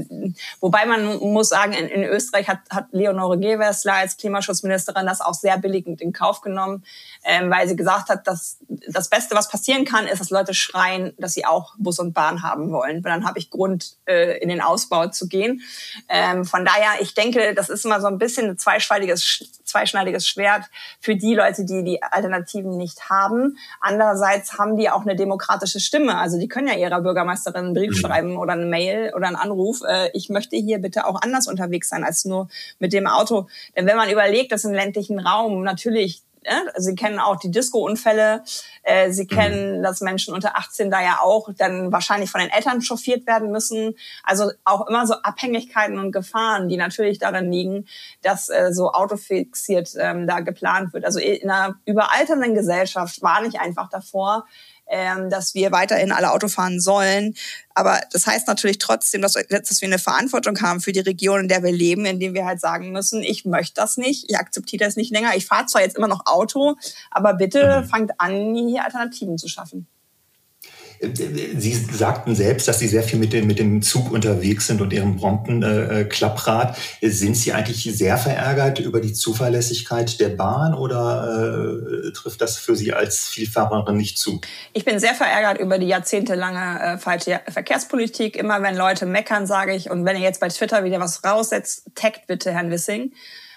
wobei man muss sagen, in Österreich hat Leonore Gewessler als Klimaschutzministerin das auch sehr billigend in Kauf genommen, weil sie gesagt hat, dass das Beste, was passieren kann, ist, dass Leute schreien, dass sie auch Bus und Bahn haben wollen. Weil dann habe ich Grund, in den Ausbau zu gehen. Von daher, ich denke, das ist immer so ein bisschen ein zweischneidiges Schwert für die Leute, die die Alternativen nicht haben. Andererseits haben die auch eine demokratische Stimme. Also die können ja ihrer Bürgermeisterin einen Brief schreiben oder eine Mail oder einen Anruf. Ich möchte hier bitte auch anders unterwegs sein als nur mit dem Auto. Denn wenn man überlegt, dass im ländlichen Raum natürlich, Sie kennen auch die Disco-Unfälle, Sie kennen, dass Menschen unter 18 da ja auch dann wahrscheinlich von den Eltern chauffiert werden müssen. Also auch immer so Abhängigkeiten und Gefahren, die natürlich darin liegen, dass so autofixiert da geplant wird. Also in einer überalternden Gesellschaft warne ich einfach davor, dass wir weiterhin alle Auto fahren sollen. Aber das heißt natürlich trotzdem, dass wir eine Verantwortung haben für die Region, in der wir leben, in der wir halt sagen müssen, ich möchte das nicht, ich akzeptiere das nicht länger. Ich fahre zwar jetzt immer noch Auto, aber bitte fangt an, hier Alternativen zu schaffen. Sie sagten selbst, dass Sie sehr viel mit dem Zug unterwegs sind und Ihrem Brompton-Klapprad. Sind Sie eigentlich sehr verärgert über die Zuverlässigkeit der Bahn oder trifft das für Sie als Vielfahrerin nicht zu? Ich bin sehr verärgert über die jahrzehntelange falsche Verkehrspolitik. Immer wenn Leute meckern, sage ich, und wenn ihr jetzt bei Twitter wieder was raussetzt, taggt bitte Herrn Wissing.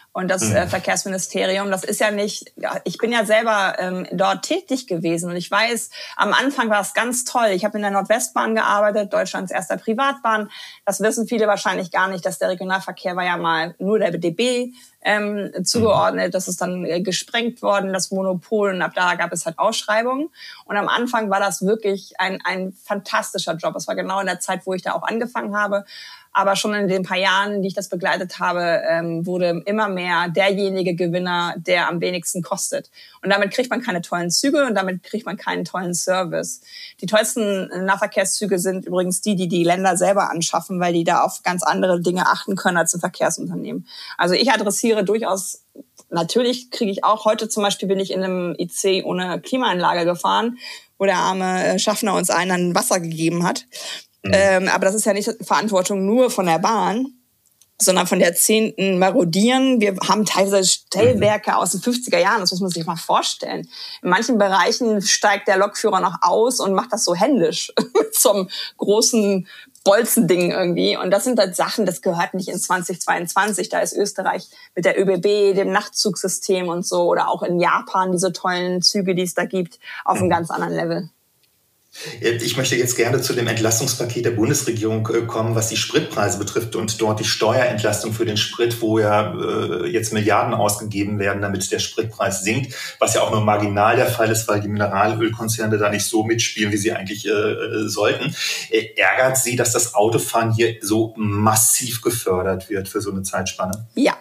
Und das Verkehrsministerium, das ist ja nicht, ich bin ja selber dort tätig gewesen und ich weiß, am Anfang war es ganz toll. Ich habe in der Nordwestbahn gearbeitet, Deutschlands erster Privatbahn. Das wissen viele wahrscheinlich gar nicht, dass der Regionalverkehr war ja mal nur der DB zugeordnet. Das ist dann gesprengt worden, das Monopol, und ab da gab es halt Ausschreibungen. Und am Anfang war das wirklich ein fantastischer Job. Das war genau in der Zeit, wo ich da auch angefangen habe. Aber schon in den paar Jahren, die ich das begleitet habe, wurde immer mehr derjenige Gewinner, der am wenigsten kostet. Und damit kriegt man keine tollen Züge und damit kriegt man keinen tollen Service. Die tollsten Nahverkehrszüge sind übrigens die Länder selber anschaffen, weil die da auf ganz andere Dinge achten können als ein Verkehrsunternehmen. Also ich adressiere durchaus, natürlich kriege ich auch, heute zum Beispiel bin ich in einem IC ohne Klimaanlage gefahren, wo der arme Schaffner uns allen Wasser gegeben hat. Aber das ist ja nicht Verantwortung nur von der Bahn, sondern von der 10. Marodieren. Wir haben teilweise Stellwerke aus den 50er Jahren, das muss man sich mal vorstellen. In manchen Bereichen steigt der Lokführer noch aus und macht das so händisch zum großen Bolzending irgendwie. Und das sind halt Sachen, das gehört nicht in 2022. Da ist Österreich mit der ÖBB, dem Nachtzugsystem und so, oder auch in Japan diese tollen Züge, die es da gibt, auf einem ganz anderen Level. Ich möchte jetzt gerne zu dem Entlastungspaket der Bundesregierung kommen, was die Spritpreise betrifft und dort die Steuerentlastung für den Sprit, wo ja jetzt Milliarden ausgegeben werden, damit der Spritpreis sinkt, was ja auch nur marginal der Fall ist, weil die Mineralölkonzerne da nicht so mitspielen, wie sie eigentlich sollten. Ärgert Sie, dass das Autofahren hier so massiv gefördert wird für so eine Zeitspanne? Ja.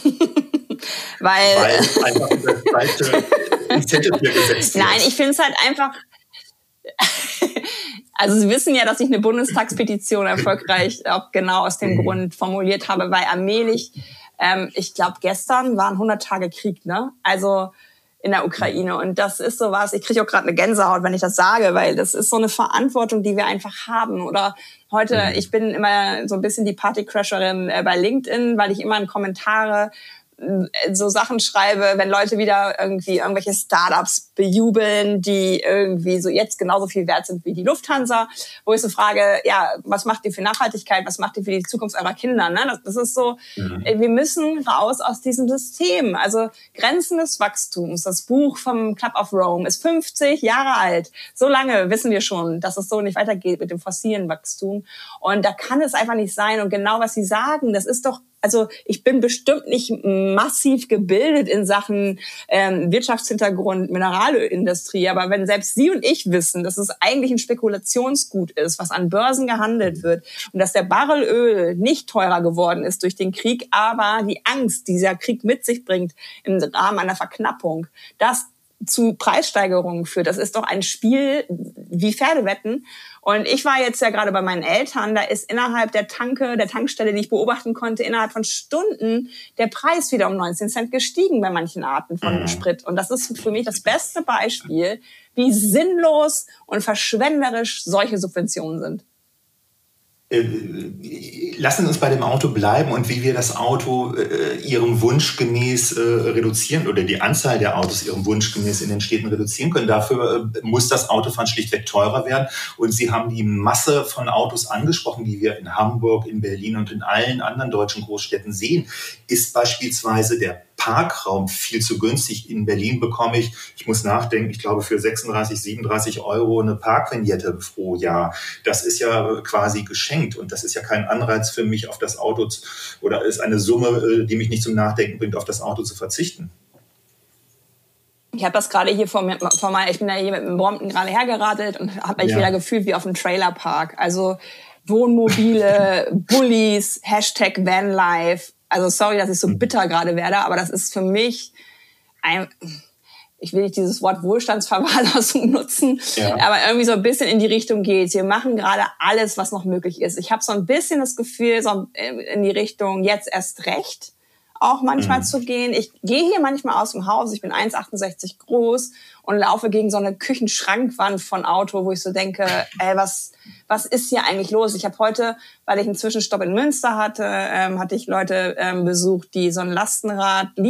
Weil einfach das falsche Incentive hier gesetzt wird. Nein, ich finde es halt einfach... Also Sie wissen ja, dass ich eine Bundestagspetition erfolgreich auch genau aus dem Grund formuliert habe, weil allmählich, ich glaube gestern waren 100 Tage Krieg, ne? Also in der Ukraine, und das ist sowas, ich kriege auch gerade eine Gänsehaut, wenn ich das sage, weil das ist so eine Verantwortung, die wir einfach haben. Oder heute, ich bin immer so ein bisschen die Partycrasherin bei LinkedIn, weil ich immer in Kommentare so Sachen schreibe, wenn Leute wieder irgendwie irgendwelche Startups bejubeln, die irgendwie so jetzt genauso viel wert sind wie die Lufthansa, wo ich so frage, ja, was macht ihr für Nachhaltigkeit, was macht ihr für die Zukunft eurer Kinder? Ne? Das ist so, wir müssen raus aus diesem System. Also Grenzen des Wachstums, das Buch vom Club of Rome ist 50 Jahre alt. So lange wissen wir schon, dass es so nicht weitergeht mit dem fossilen Wachstum. Und da kann es einfach nicht sein. Und genau was Sie sagen, das ist doch, also ich bin bestimmt nicht massiv gebildet in Sachen Wirtschaftshintergrund, Mineralölindustrie, aber wenn selbst Sie und ich wissen, dass es eigentlich ein Spekulationsgut ist, was an Börsen gehandelt wird und dass der Barrel Öl nicht teurer geworden ist durch den Krieg, aber die Angst, die dieser Krieg mit sich bringt im Rahmen einer Verknappung, das zu Preissteigerungen führt. Das ist doch ein Spiel wie Pferdewetten. Und ich war jetzt ja gerade bei meinen Eltern, da ist innerhalb der Tankstelle, die ich beobachten konnte, innerhalb von Stunden der Preis wieder um 19 Cent gestiegen bei manchen Arten von Sprit. Und das ist für mich das beste Beispiel, wie sinnlos und verschwenderisch solche Subventionen sind. Lassen Sie uns bei dem Auto bleiben und wie wir das Auto Ihrem Wunsch gemäß reduzieren oder die Anzahl der Autos Ihrem Wunsch gemäß in den Städten reduzieren können. Dafür muss das Autofahren schlichtweg teurer werden. Und Sie haben die Masse von Autos angesprochen, die wir in Hamburg, in Berlin und in allen anderen deutschen Großstädten sehen. Ist beispielsweise der Parkraum viel zu günstig. In Berlin bekomme ich muss nachdenken, ich glaube für 36, 37 Euro eine Parkvignette pro Jahr. Das ist ja quasi geschenkt und das ist ja kein Anreiz für mich auf das Auto oder ist eine Summe, die mich nicht zum Nachdenken bringt, auf das Auto zu verzichten. Ich habe das gerade hier vor mir, ich bin ja hier mit dem Brompton gerade hergeradelt und habe mich wieder gefühlt wie auf einem Trailerpark. Also Wohnmobile, Bullis, Hashtag Vanlife. Also sorry, dass ich so bitter gerade werde, aber das ist für mich ich will nicht dieses Wort Wohlstandsverwahrlosung nutzen, aber irgendwie so ein bisschen in die Richtung geht. Wir machen gerade alles, was noch möglich ist. Ich habe so ein bisschen das Gefühl, so in die Richtung jetzt erst recht auch manchmal zu gehen. Ich gehe hier manchmal aus dem Haus, ich bin 1,68 groß und laufe gegen so eine Küchenschrankwand von Auto, wo ich so denke, ey, was ist hier eigentlich los? Ich habe heute, weil ich einen Zwischenstopp in Münster hatte, hatte ich Leute besucht, die so ein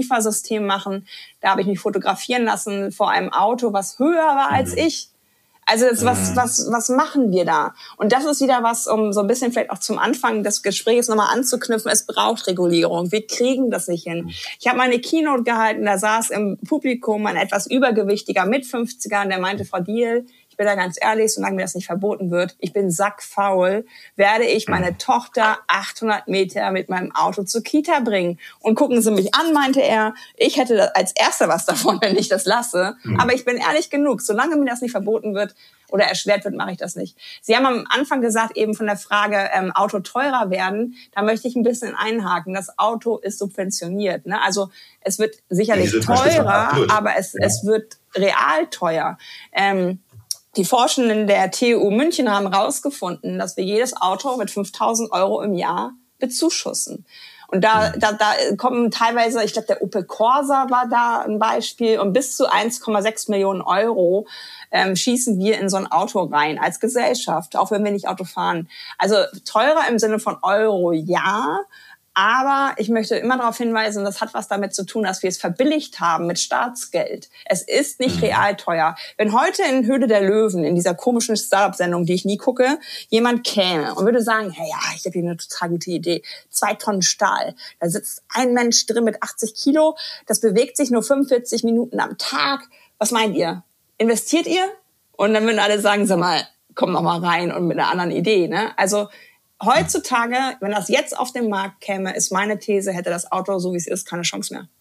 Lastenrad-Liefersystem machen. Da habe ich mich fotografieren lassen vor einem Auto, was höher war als ich. Also was machen wir da? Und das ist wieder was, um so ein bisschen vielleicht auch zum Anfang des Gesprächs nochmal anzuknüpfen. Es braucht Regulierung. Wir kriegen das nicht hin. Ich habe mal eine Keynote gehalten, da saß im Publikum ein etwas übergewichtiger Mit-50er und der meinte, Frau Diehl, ich bin da ganz ehrlich, solange mir das nicht verboten wird, ich bin sackfaul, werde ich meine Tochter 800 Meter mit meinem Auto zur Kita bringen. Und gucken Sie mich an, meinte er, ich hätte als Erster was davon, wenn ich das lasse. Aber ich bin ehrlich genug, solange mir das nicht verboten wird oder erschwert wird, mache ich das nicht. Sie haben am Anfang gesagt, eben von der Frage, Auto teurer werden, da möchte ich ein bisschen einhaken. Das Auto ist subventioniert, ne? Also es wird sicherlich teurer, aber es wird real teuer. Die Forschenden der TU München haben herausgefunden, dass wir jedes Auto mit 5.000 € im Jahr bezuschussen. Und da kommen teilweise, ich glaube, der Opel Corsa war da ein Beispiel, und bis zu 1,6 Millionen € schießen wir in so ein Auto rein als Gesellschaft, auch wenn wir nicht Auto fahren. Also teurer im Sinne von Euro, ja. Aber ich möchte immer darauf hinweisen, das hat was damit zu tun, dass wir es verbilligt haben mit Staatsgeld. Es ist nicht real teuer. Wenn heute in Höhle der Löwen, in dieser komischen Startup-Sendung, die ich nie gucke, jemand käme und würde sagen, hey, ja, ich habe hier eine total gute Idee. 2 Tonnen Stahl. Da sitzt ein Mensch drin mit 80 Kilo. Das bewegt sich nur 45 Minuten am Tag. Was meint ihr? Investiert ihr? Und dann würden alle sagen, sag mal, komm noch mal rein und mit einer anderen Idee, ne? Also, heutzutage, wenn das jetzt auf den Markt käme, ist meine These, hätte das Auto, so wie es ist, keine Chance mehr.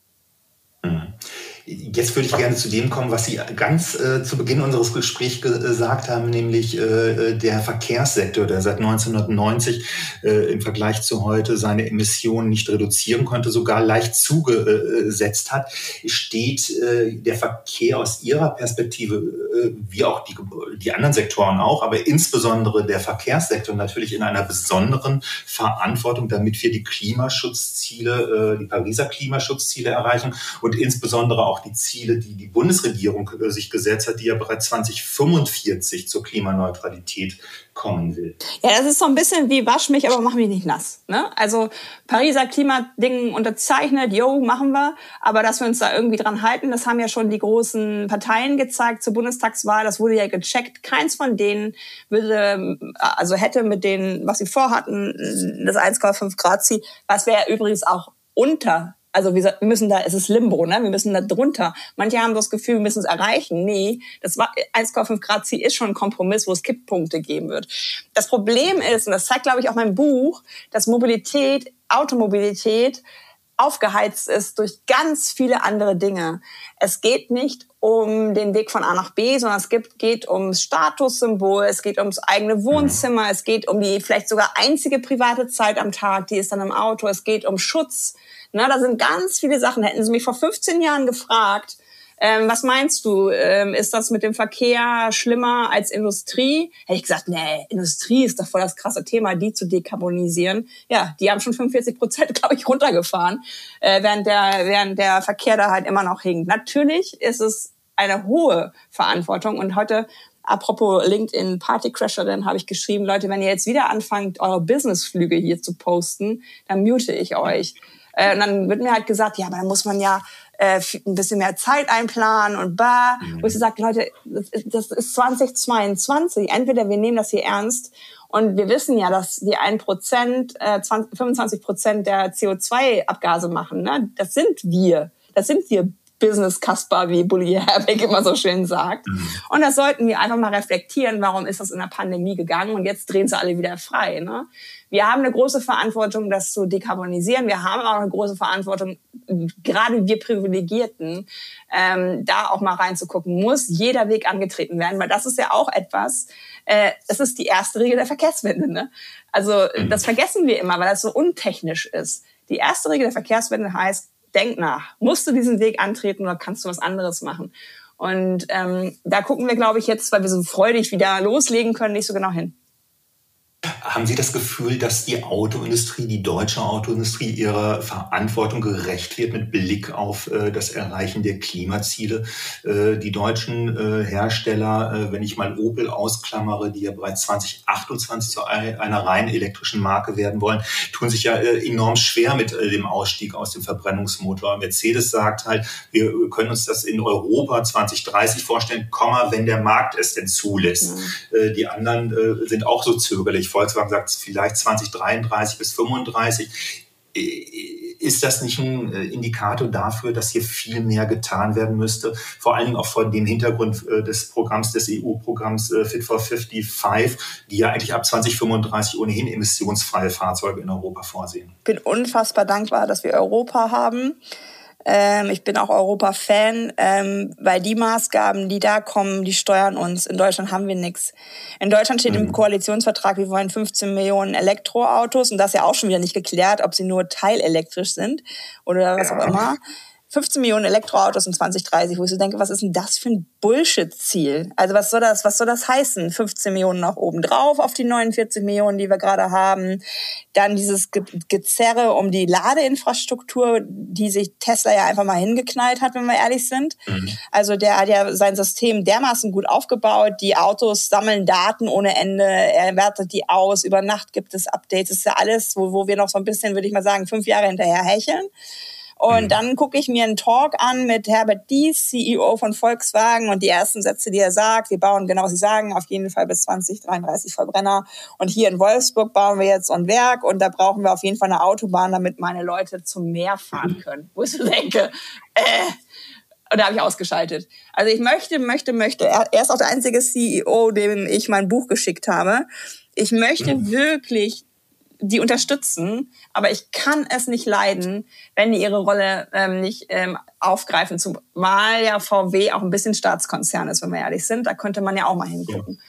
Jetzt würde ich gerne zu dem kommen, was Sie ganz zu Beginn unseres Gesprächs gesagt haben, nämlich der Verkehrssektor, der seit 1990 im Vergleich zu heute seine Emissionen nicht reduzieren konnte, sogar leicht zugesetzt hat. Steht der Verkehr aus Ihrer Perspektive, wie auch die anderen Sektoren auch, aber insbesondere der Verkehrssektor natürlich in einer besonderen Verantwortung, damit wir die Klimaschutzziele, die Pariser Klimaschutzziele erreichen und insbesondere auch die Ziele, die die Bundesregierung sich gesetzt hat, die ja bereits 2045 zur Klimaneutralität kommen will. Ja, das ist so ein bisschen wie wasch mich, aber mach mich nicht nass, ne? Also Pariser Klimading unterzeichnet, machen wir, aber dass wir uns da irgendwie dran halten, das haben ja schon die großen Parteien gezeigt zur Bundestagswahl, das wurde ja gecheckt. Keins von denen hätte mit denen, was sie vorhatten, das 1,5 Grad Ziel, was wäre übrigens auch unter. Also wir müssen da, es ist Limbo, ne? Wir müssen da drunter. Manche haben das Gefühl, wir müssen es erreichen. Nee, das 1,5 Grad Ziel ist schon ein Kompromiss, wo es Kipppunkte geben wird. Das Problem ist, und das zeigt, glaube ich, auch mein Buch, dass Automobilität aufgeheizt ist durch ganz viele andere Dinge. Es geht nicht um den Weg von A nach B, sondern es geht ums Statussymbol, es geht ums eigene Wohnzimmer, es geht um die vielleicht sogar einzige private Zeit am Tag, die ist dann im Auto, es geht um Schutz. Na, da sind ganz viele Sachen. Hätten Sie mich vor 15 Jahren gefragt, was meinst du, ist das mit dem Verkehr schlimmer als Industrie? Hätte ich gesagt, nee, Industrie ist doch voll das krasse Thema, die zu dekarbonisieren. Ja, die haben schon 45%, glaube ich, runtergefahren, während der Verkehr da halt immer noch hinkt. Natürlich ist es eine hohe Verantwortung. Und heute, apropos LinkedIn Partycrasherin, habe ich geschrieben, Leute, wenn ihr jetzt wieder anfangt, eure Businessflüge hier zu posten, dann mute ich euch. Und dann wird mir halt gesagt, ja, aber dann muss man ja ein bisschen mehr Zeit einplanen und Wo ich sage, Leute, das ist 2022. Entweder wir nehmen das hier ernst und wir wissen ja, dass die 1%, 25% der CO2-Abgase machen. Ne? Das sind wir. Business Kasper, wie Bully Herbig immer so schön sagt. Und das sollten wir einfach mal reflektieren, warum ist das in der Pandemie gegangen und jetzt drehen sie alle wieder frei. Ne? Wir haben eine große Verantwortung, das zu dekarbonisieren. Wir haben auch eine große Verantwortung, gerade wir Privilegierten, da auch mal reinzugucken. Muss jeder Weg angetreten werden, weil das ist ja auch etwas, das ist die erste Regel der Verkehrswende. Ne? Also das vergessen wir immer, weil das so untechnisch ist. Die erste Regel der Verkehrswende heißt, denk nach. Musst du diesen Weg antreten oder kannst du was anderes machen? Und da gucken wir, glaube ich, jetzt, weil wir so freudig wieder loslegen können, nicht so genau hin. Haben Sie das Gefühl, dass die Autoindustrie, die deutsche Autoindustrie ihrer Verantwortung gerecht wird mit Blick auf das Erreichen der Klimaziele? Die deutschen Hersteller, wenn ich mal Opel ausklammere, die ja bereits 2028 zu einer rein elektrischen Marke werden wollen, tun sich ja enorm schwer mit dem Ausstieg aus dem Verbrennungsmotor. Mercedes sagt halt, wir können uns das in Europa 2030 vorstellen, wenn der Markt es denn zulässt. Mhm. Die anderen sind auch so zögerlich. Volkswagen sagt vielleicht 2033 bis 35. Ist das nicht ein Indikator dafür, dass hier viel mehr getan werden müsste? Vor allen Dingen auch vor dem Hintergrund des EU-Programms Fit for 55, die ja eigentlich ab 2035 ohnehin emissionsfreie Fahrzeuge in Europa vorsehen. Ich bin unfassbar dankbar, dass wir Europa haben. Ich bin auch Europa-Fan, weil die Maßgaben, die da kommen, die steuern uns. In Deutschland haben wir nichts. In Deutschland steht im Koalitionsvertrag, wir wollen 15 Millionen Elektroautos und das ist ja auch schon wieder nicht geklärt, ob sie nur teilelektrisch sind oder was auch immer. 15 Millionen Elektroautos in 2030, wo ich so denke, was ist denn das für ein Bullshit-Ziel? Also was soll das heißen? 15 Millionen noch oben drauf auf die 49 Millionen, die wir gerade haben. Dann dieses Gezerre um die Ladeinfrastruktur, die sich Tesla ja einfach mal hingeknallt hat, wenn wir ehrlich sind. Mhm. Also der hat ja sein System dermaßen gut aufgebaut. Die Autos sammeln Daten ohne Ende. Er wertet die aus. Über Nacht gibt es Updates. Das ist ja alles, wo wir noch so ein bisschen, würde ich mal sagen, 5 Jahre hinterher hecheln. Und dann gucke ich mir einen Talk an mit Herbert Diess, CEO von Volkswagen, und die ersten Sätze, die er sagt: Wir bauen, genau was Sie sagen, auf jeden Fall bis 2033 Verbrenner. Und hier in Wolfsburg bauen wir jetzt ein Werk und da brauchen wir auf jeden Fall eine Autobahn, damit meine Leute zum Meer fahren können. Wo ich so denke, und da habe ich ausgeschaltet. Also ich möchte. Er ist auch der einzige CEO, dem ich mein Buch geschickt habe. Ich möchte wirklich die unterstützen, aber ich kann es nicht leiden, wenn die ihre Rolle nicht aufgreifen, zumal ja VW auch ein bisschen Staatskonzern ist, wenn wir ehrlich sind. Da könnte man ja auch mal hingucken.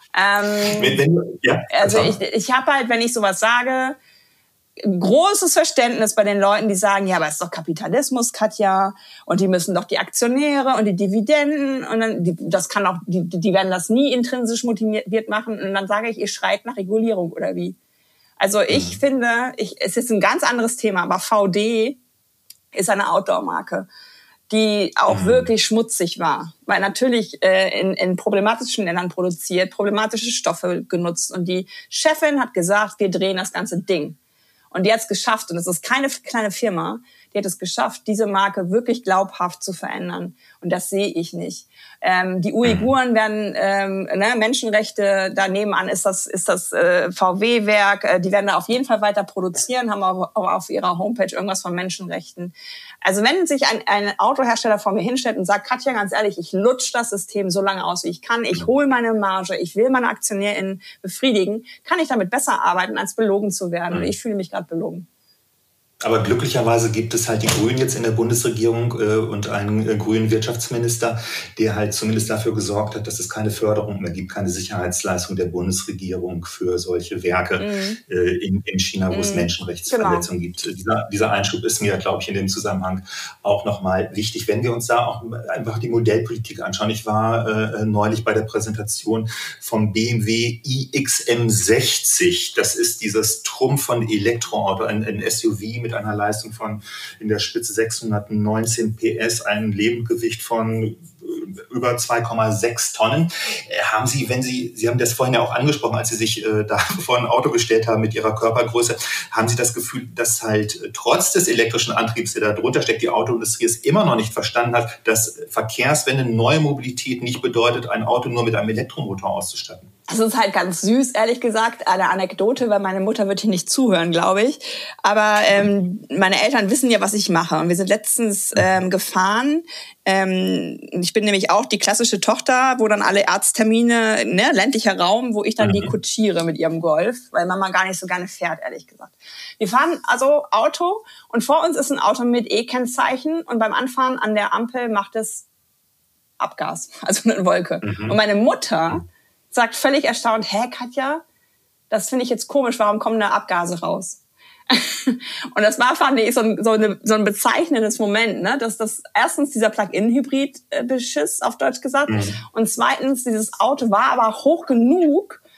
Ich habe halt, wenn ich sowas sage, großes Verständnis bei den Leuten, die sagen, ja, aber es ist doch Kapitalismus, Katja, und die müssen doch die Aktionäre und die Dividenden und dann das kann auch die werden das nie intrinsisch motiviert machen, und dann sage ich, ihr schreit nach Regulierung oder wie? Also ich finde, es ist ein ganz anderes Thema, aber VD ist eine Outdoor-Marke, die auch wirklich schmutzig war, weil natürlich in problematischen Ländern produziert, problematische Stoffe genutzt, und die Chefin hat gesagt, wir drehen das ganze Ding. Und die hat es geschafft, und es ist keine kleine Firma, die hat es geschafft, diese Marke wirklich glaubhaft zu verändern. Und das sehe ich nicht. Die Uiguren werden Menschenrechte, daneben an ist das VW-Werk, die werden da auf jeden Fall weiter produzieren, haben auch auf ihrer Homepage irgendwas von Menschenrechten. Also wenn sich ein Autohersteller vor mir hinstellt und sagt, Katja, ganz ehrlich, ich lutsch das System so lange aus, wie ich kann, ich hole meine Marge, ich will meine AktionärInnen befriedigen, kann ich damit besser arbeiten, als belogen zu werden. Und ich fühle mich gerade belogen. Aber glücklicherweise gibt es halt die Grünen jetzt in der Bundesregierung und einen grünen Wirtschaftsminister, der halt zumindest dafür gesorgt hat, dass es keine Förderung mehr gibt, keine Sicherheitsleistung der Bundesregierung für solche Werke in China, wo es Menschenrechtsverletzungen gibt. Dieser Einschub ist mir, glaube ich, in dem Zusammenhang auch nochmal wichtig. Wenn wir uns da auch einfach die Modellpolitik anschauen. Ich war neulich bei der Präsentation vom BMW iXM60. Das ist dieses Trumpf von Elektroauto, ein SUV mit einer Leistung von in der Spitze 619 PS, ein Lebendgewicht von über 2,6 Tonnen. Haben Sie, Sie haben das vorhin ja auch angesprochen, als Sie sich da vor ein Auto gestellt haben mit Ihrer Körpergröße, haben Sie das Gefühl, dass halt trotz des elektrischen Antriebs, der da drunter steckt, die Autoindustrie es immer noch nicht verstanden hat, dass Verkehrswende, neue Mobilität nicht bedeutet, ein Auto nur mit einem Elektromotor auszustatten? Das ist halt ganz süß, ehrlich gesagt, eine Anekdote, weil meine Mutter wird hier nicht zuhören, glaube ich. Aber meine Eltern wissen ja, was ich mache. Und wir sind letztens gefahren. Ich bin nämlich auch die klassische Tochter, wo dann alle Arzttermine, ländlicher Raum, wo ich dann die kutschiere mit ihrem Golf, weil Mama gar nicht so gerne fährt, ehrlich gesagt. Wir fahren also Auto und vor uns ist ein Auto mit E-Kennzeichen und beim Anfahren an der Ampel macht es Abgas, also eine Wolke. Und meine Mutter sagt völlig erstaunt, Katja, das finde ich jetzt komisch, warum kommen da Abgase raus? Und das war, fand ich, so ein bezeichnendes Moment, ne? Dass das erstens dieser Plug-in-Hybrid-Beschiss, auf Deutsch gesagt, und zweitens, dieses Auto war aber hoch genug,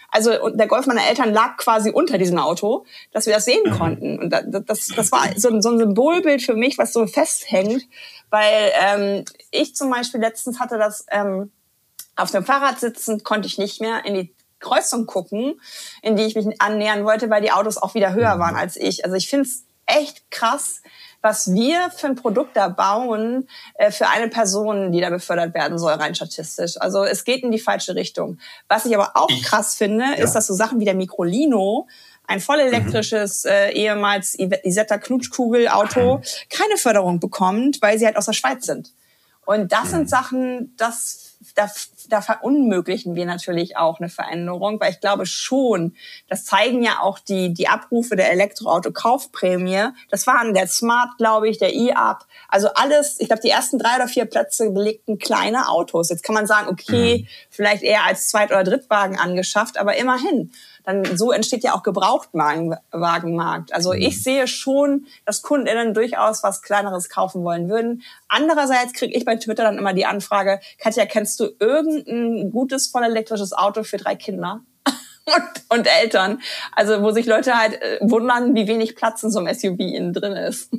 Also der Golf meiner Eltern lag quasi unter diesem Auto, dass wir das sehen konnten. Und das war so ein Symbolbild für mich, was so festhängt, weil ich zum Beispiel letztens hatte das auf dem Fahrrad sitzend, konnte ich nicht mehr in die Kreuzung gucken, in die ich mich annähern wollte, weil die Autos auch wieder höher waren als ich. Also ich finde es echt krass, was wir für ein Produkt da bauen für eine Person, die da befördert werden soll, rein statistisch. Also es geht in die falsche Richtung. Was ich aber auch krass finde, ist, dass so Sachen wie der Microlino, ein voll elektrisches, ehemals Isetta Knutschkugel-Auto, keine Förderung bekommt, weil sie halt aus der Schweiz sind. Und das sind Sachen, da verunmöglichen wir natürlich auch eine Veränderung, weil ich glaube schon, das zeigen ja auch die Abrufe der Elektroauto-Kaufprämie. Das waren der Smart, glaube ich, der E-Up. Also alles, ich glaube, die ersten 3 oder 4 Plätze belegten kleine Autos. Jetzt kann man sagen, okay, vielleicht eher als Zweit- oder Drittwagen angeschafft, aber immerhin. Dann so entsteht ja auch Gebrauchtwagenmarkt. Also ich sehe schon, dass KundInnen durchaus was Kleineres kaufen wollen würden. Andererseits kriege ich bei Twitter dann immer die Anfrage, Katja, kennst du irgendein gutes, voll elektrisches Auto für 3 Kinder und Eltern? Also wo sich Leute halt wundern, wie wenig Platz in so einem SUV innen drin ist.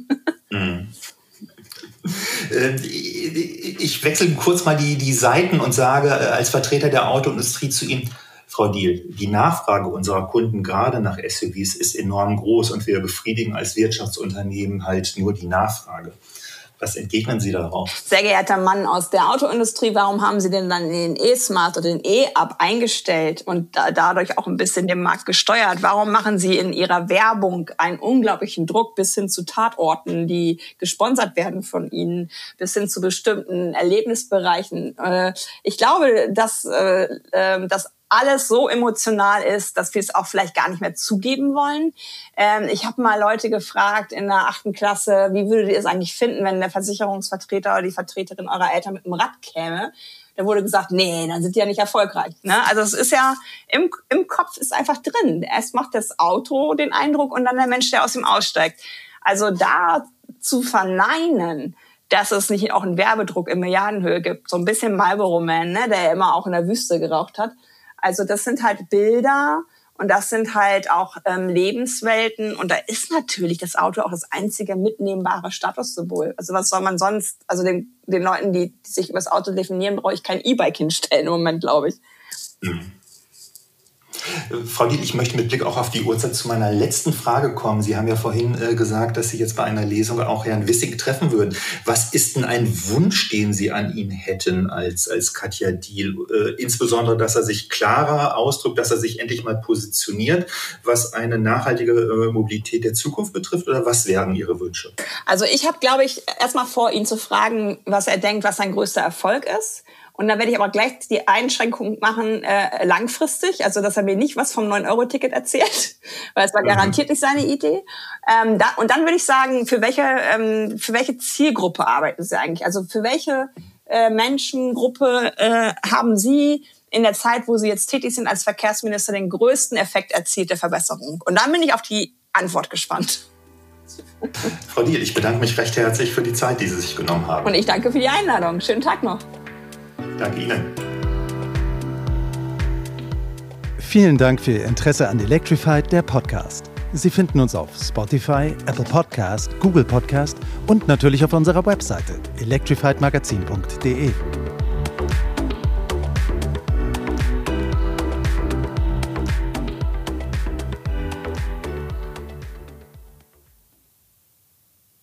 Ich wechsle kurz mal die Seiten und sage als Vertreter der Autoindustrie zu Ihnen, Frau Diehl, die Nachfrage unserer Kunden gerade nach SUVs ist enorm groß und wir befriedigen als Wirtschaftsunternehmen halt nur die Nachfrage. Was entgegnen Sie darauf? Sehr geehrter Mann aus der Autoindustrie, warum haben Sie denn dann den E-Smart oder den E-Up eingestellt und dadurch auch ein bisschen den Markt gesteuert? Warum machen Sie in Ihrer Werbung einen unglaublichen Druck bis hin zu Tatorten, die gesponsert werden von Ihnen, bis hin zu bestimmten Erlebnisbereichen? Ich glaube, dass alles so emotional ist, dass wir es auch vielleicht gar nicht mehr zugeben wollen. Ich habe mal Leute gefragt in der 8. Klasse, wie würdet ihr es eigentlich finden, wenn der Versicherungsvertreter oder die Vertreterin eurer Eltern mit dem Rad käme? Da wurde gesagt, nee, dann sind die ja nicht erfolgreich. Ne? Also es ist ja, im Kopf ist einfach drin. Erst macht das Auto den Eindruck und dann der Mensch, der aus ihm aussteigt. Also da zu verneinen, dass es nicht auch einen Werbedruck in Milliardenhöhe gibt. So ein bisschen Marlboro Man, ne, der ja immer auch in der Wüste geraucht hat. Also das sind halt Bilder und das sind halt auch Lebenswelten. Und da ist natürlich das Auto auch das einzige mitnehmbare Statussymbol. Also was soll man sonst, also den Leuten, die sich über das Auto definieren, brauche ich kein E-Bike hinstellen im Moment, glaube ich. Frau Diehl, ich möchte mit Blick auch auf die Uhrzeit zu meiner letzten Frage kommen. Sie haben ja vorhin gesagt, dass Sie jetzt bei einer Lesung auch Herrn Wissing treffen würden. Was ist denn ein Wunsch, den Sie an ihn hätten als Katja Diehl? Insbesondere, dass er sich klarer ausdrückt, dass er sich endlich mal positioniert, was eine nachhaltige Mobilität der Zukunft betrifft? Oder was wären Ihre Wünsche? Also ich habe, glaube ich, erstmal vor, ihn zu fragen, was er denkt, was sein größter Erfolg ist. Und dann werde ich aber gleich die Einschränkung machen, langfristig, also dass er mir nicht was vom 9-Euro-Ticket erzählt, weil es war garantiert nicht seine Idee. Und dann würde ich sagen, für welche Zielgruppe arbeiten Sie eigentlich? Also für welche Menschengruppe haben Sie in der Zeit, wo Sie jetzt tätig sind als Verkehrsminister, den größten Effekt erzielt der Verbesserung? Und dann bin ich auf die Antwort gespannt. Frau Diehl, ich bedanke mich recht herzlich für die Zeit, die Sie sich genommen haben. Und ich danke für die Einladung. Schönen Tag noch. Danke Ihnen. Vielen Dank für Ihr Interesse an Electrified, der Podcast. Sie finden uns auf Spotify, Apple Podcast, Google Podcast und natürlich auf unserer Webseite electrifiedmagazin.de.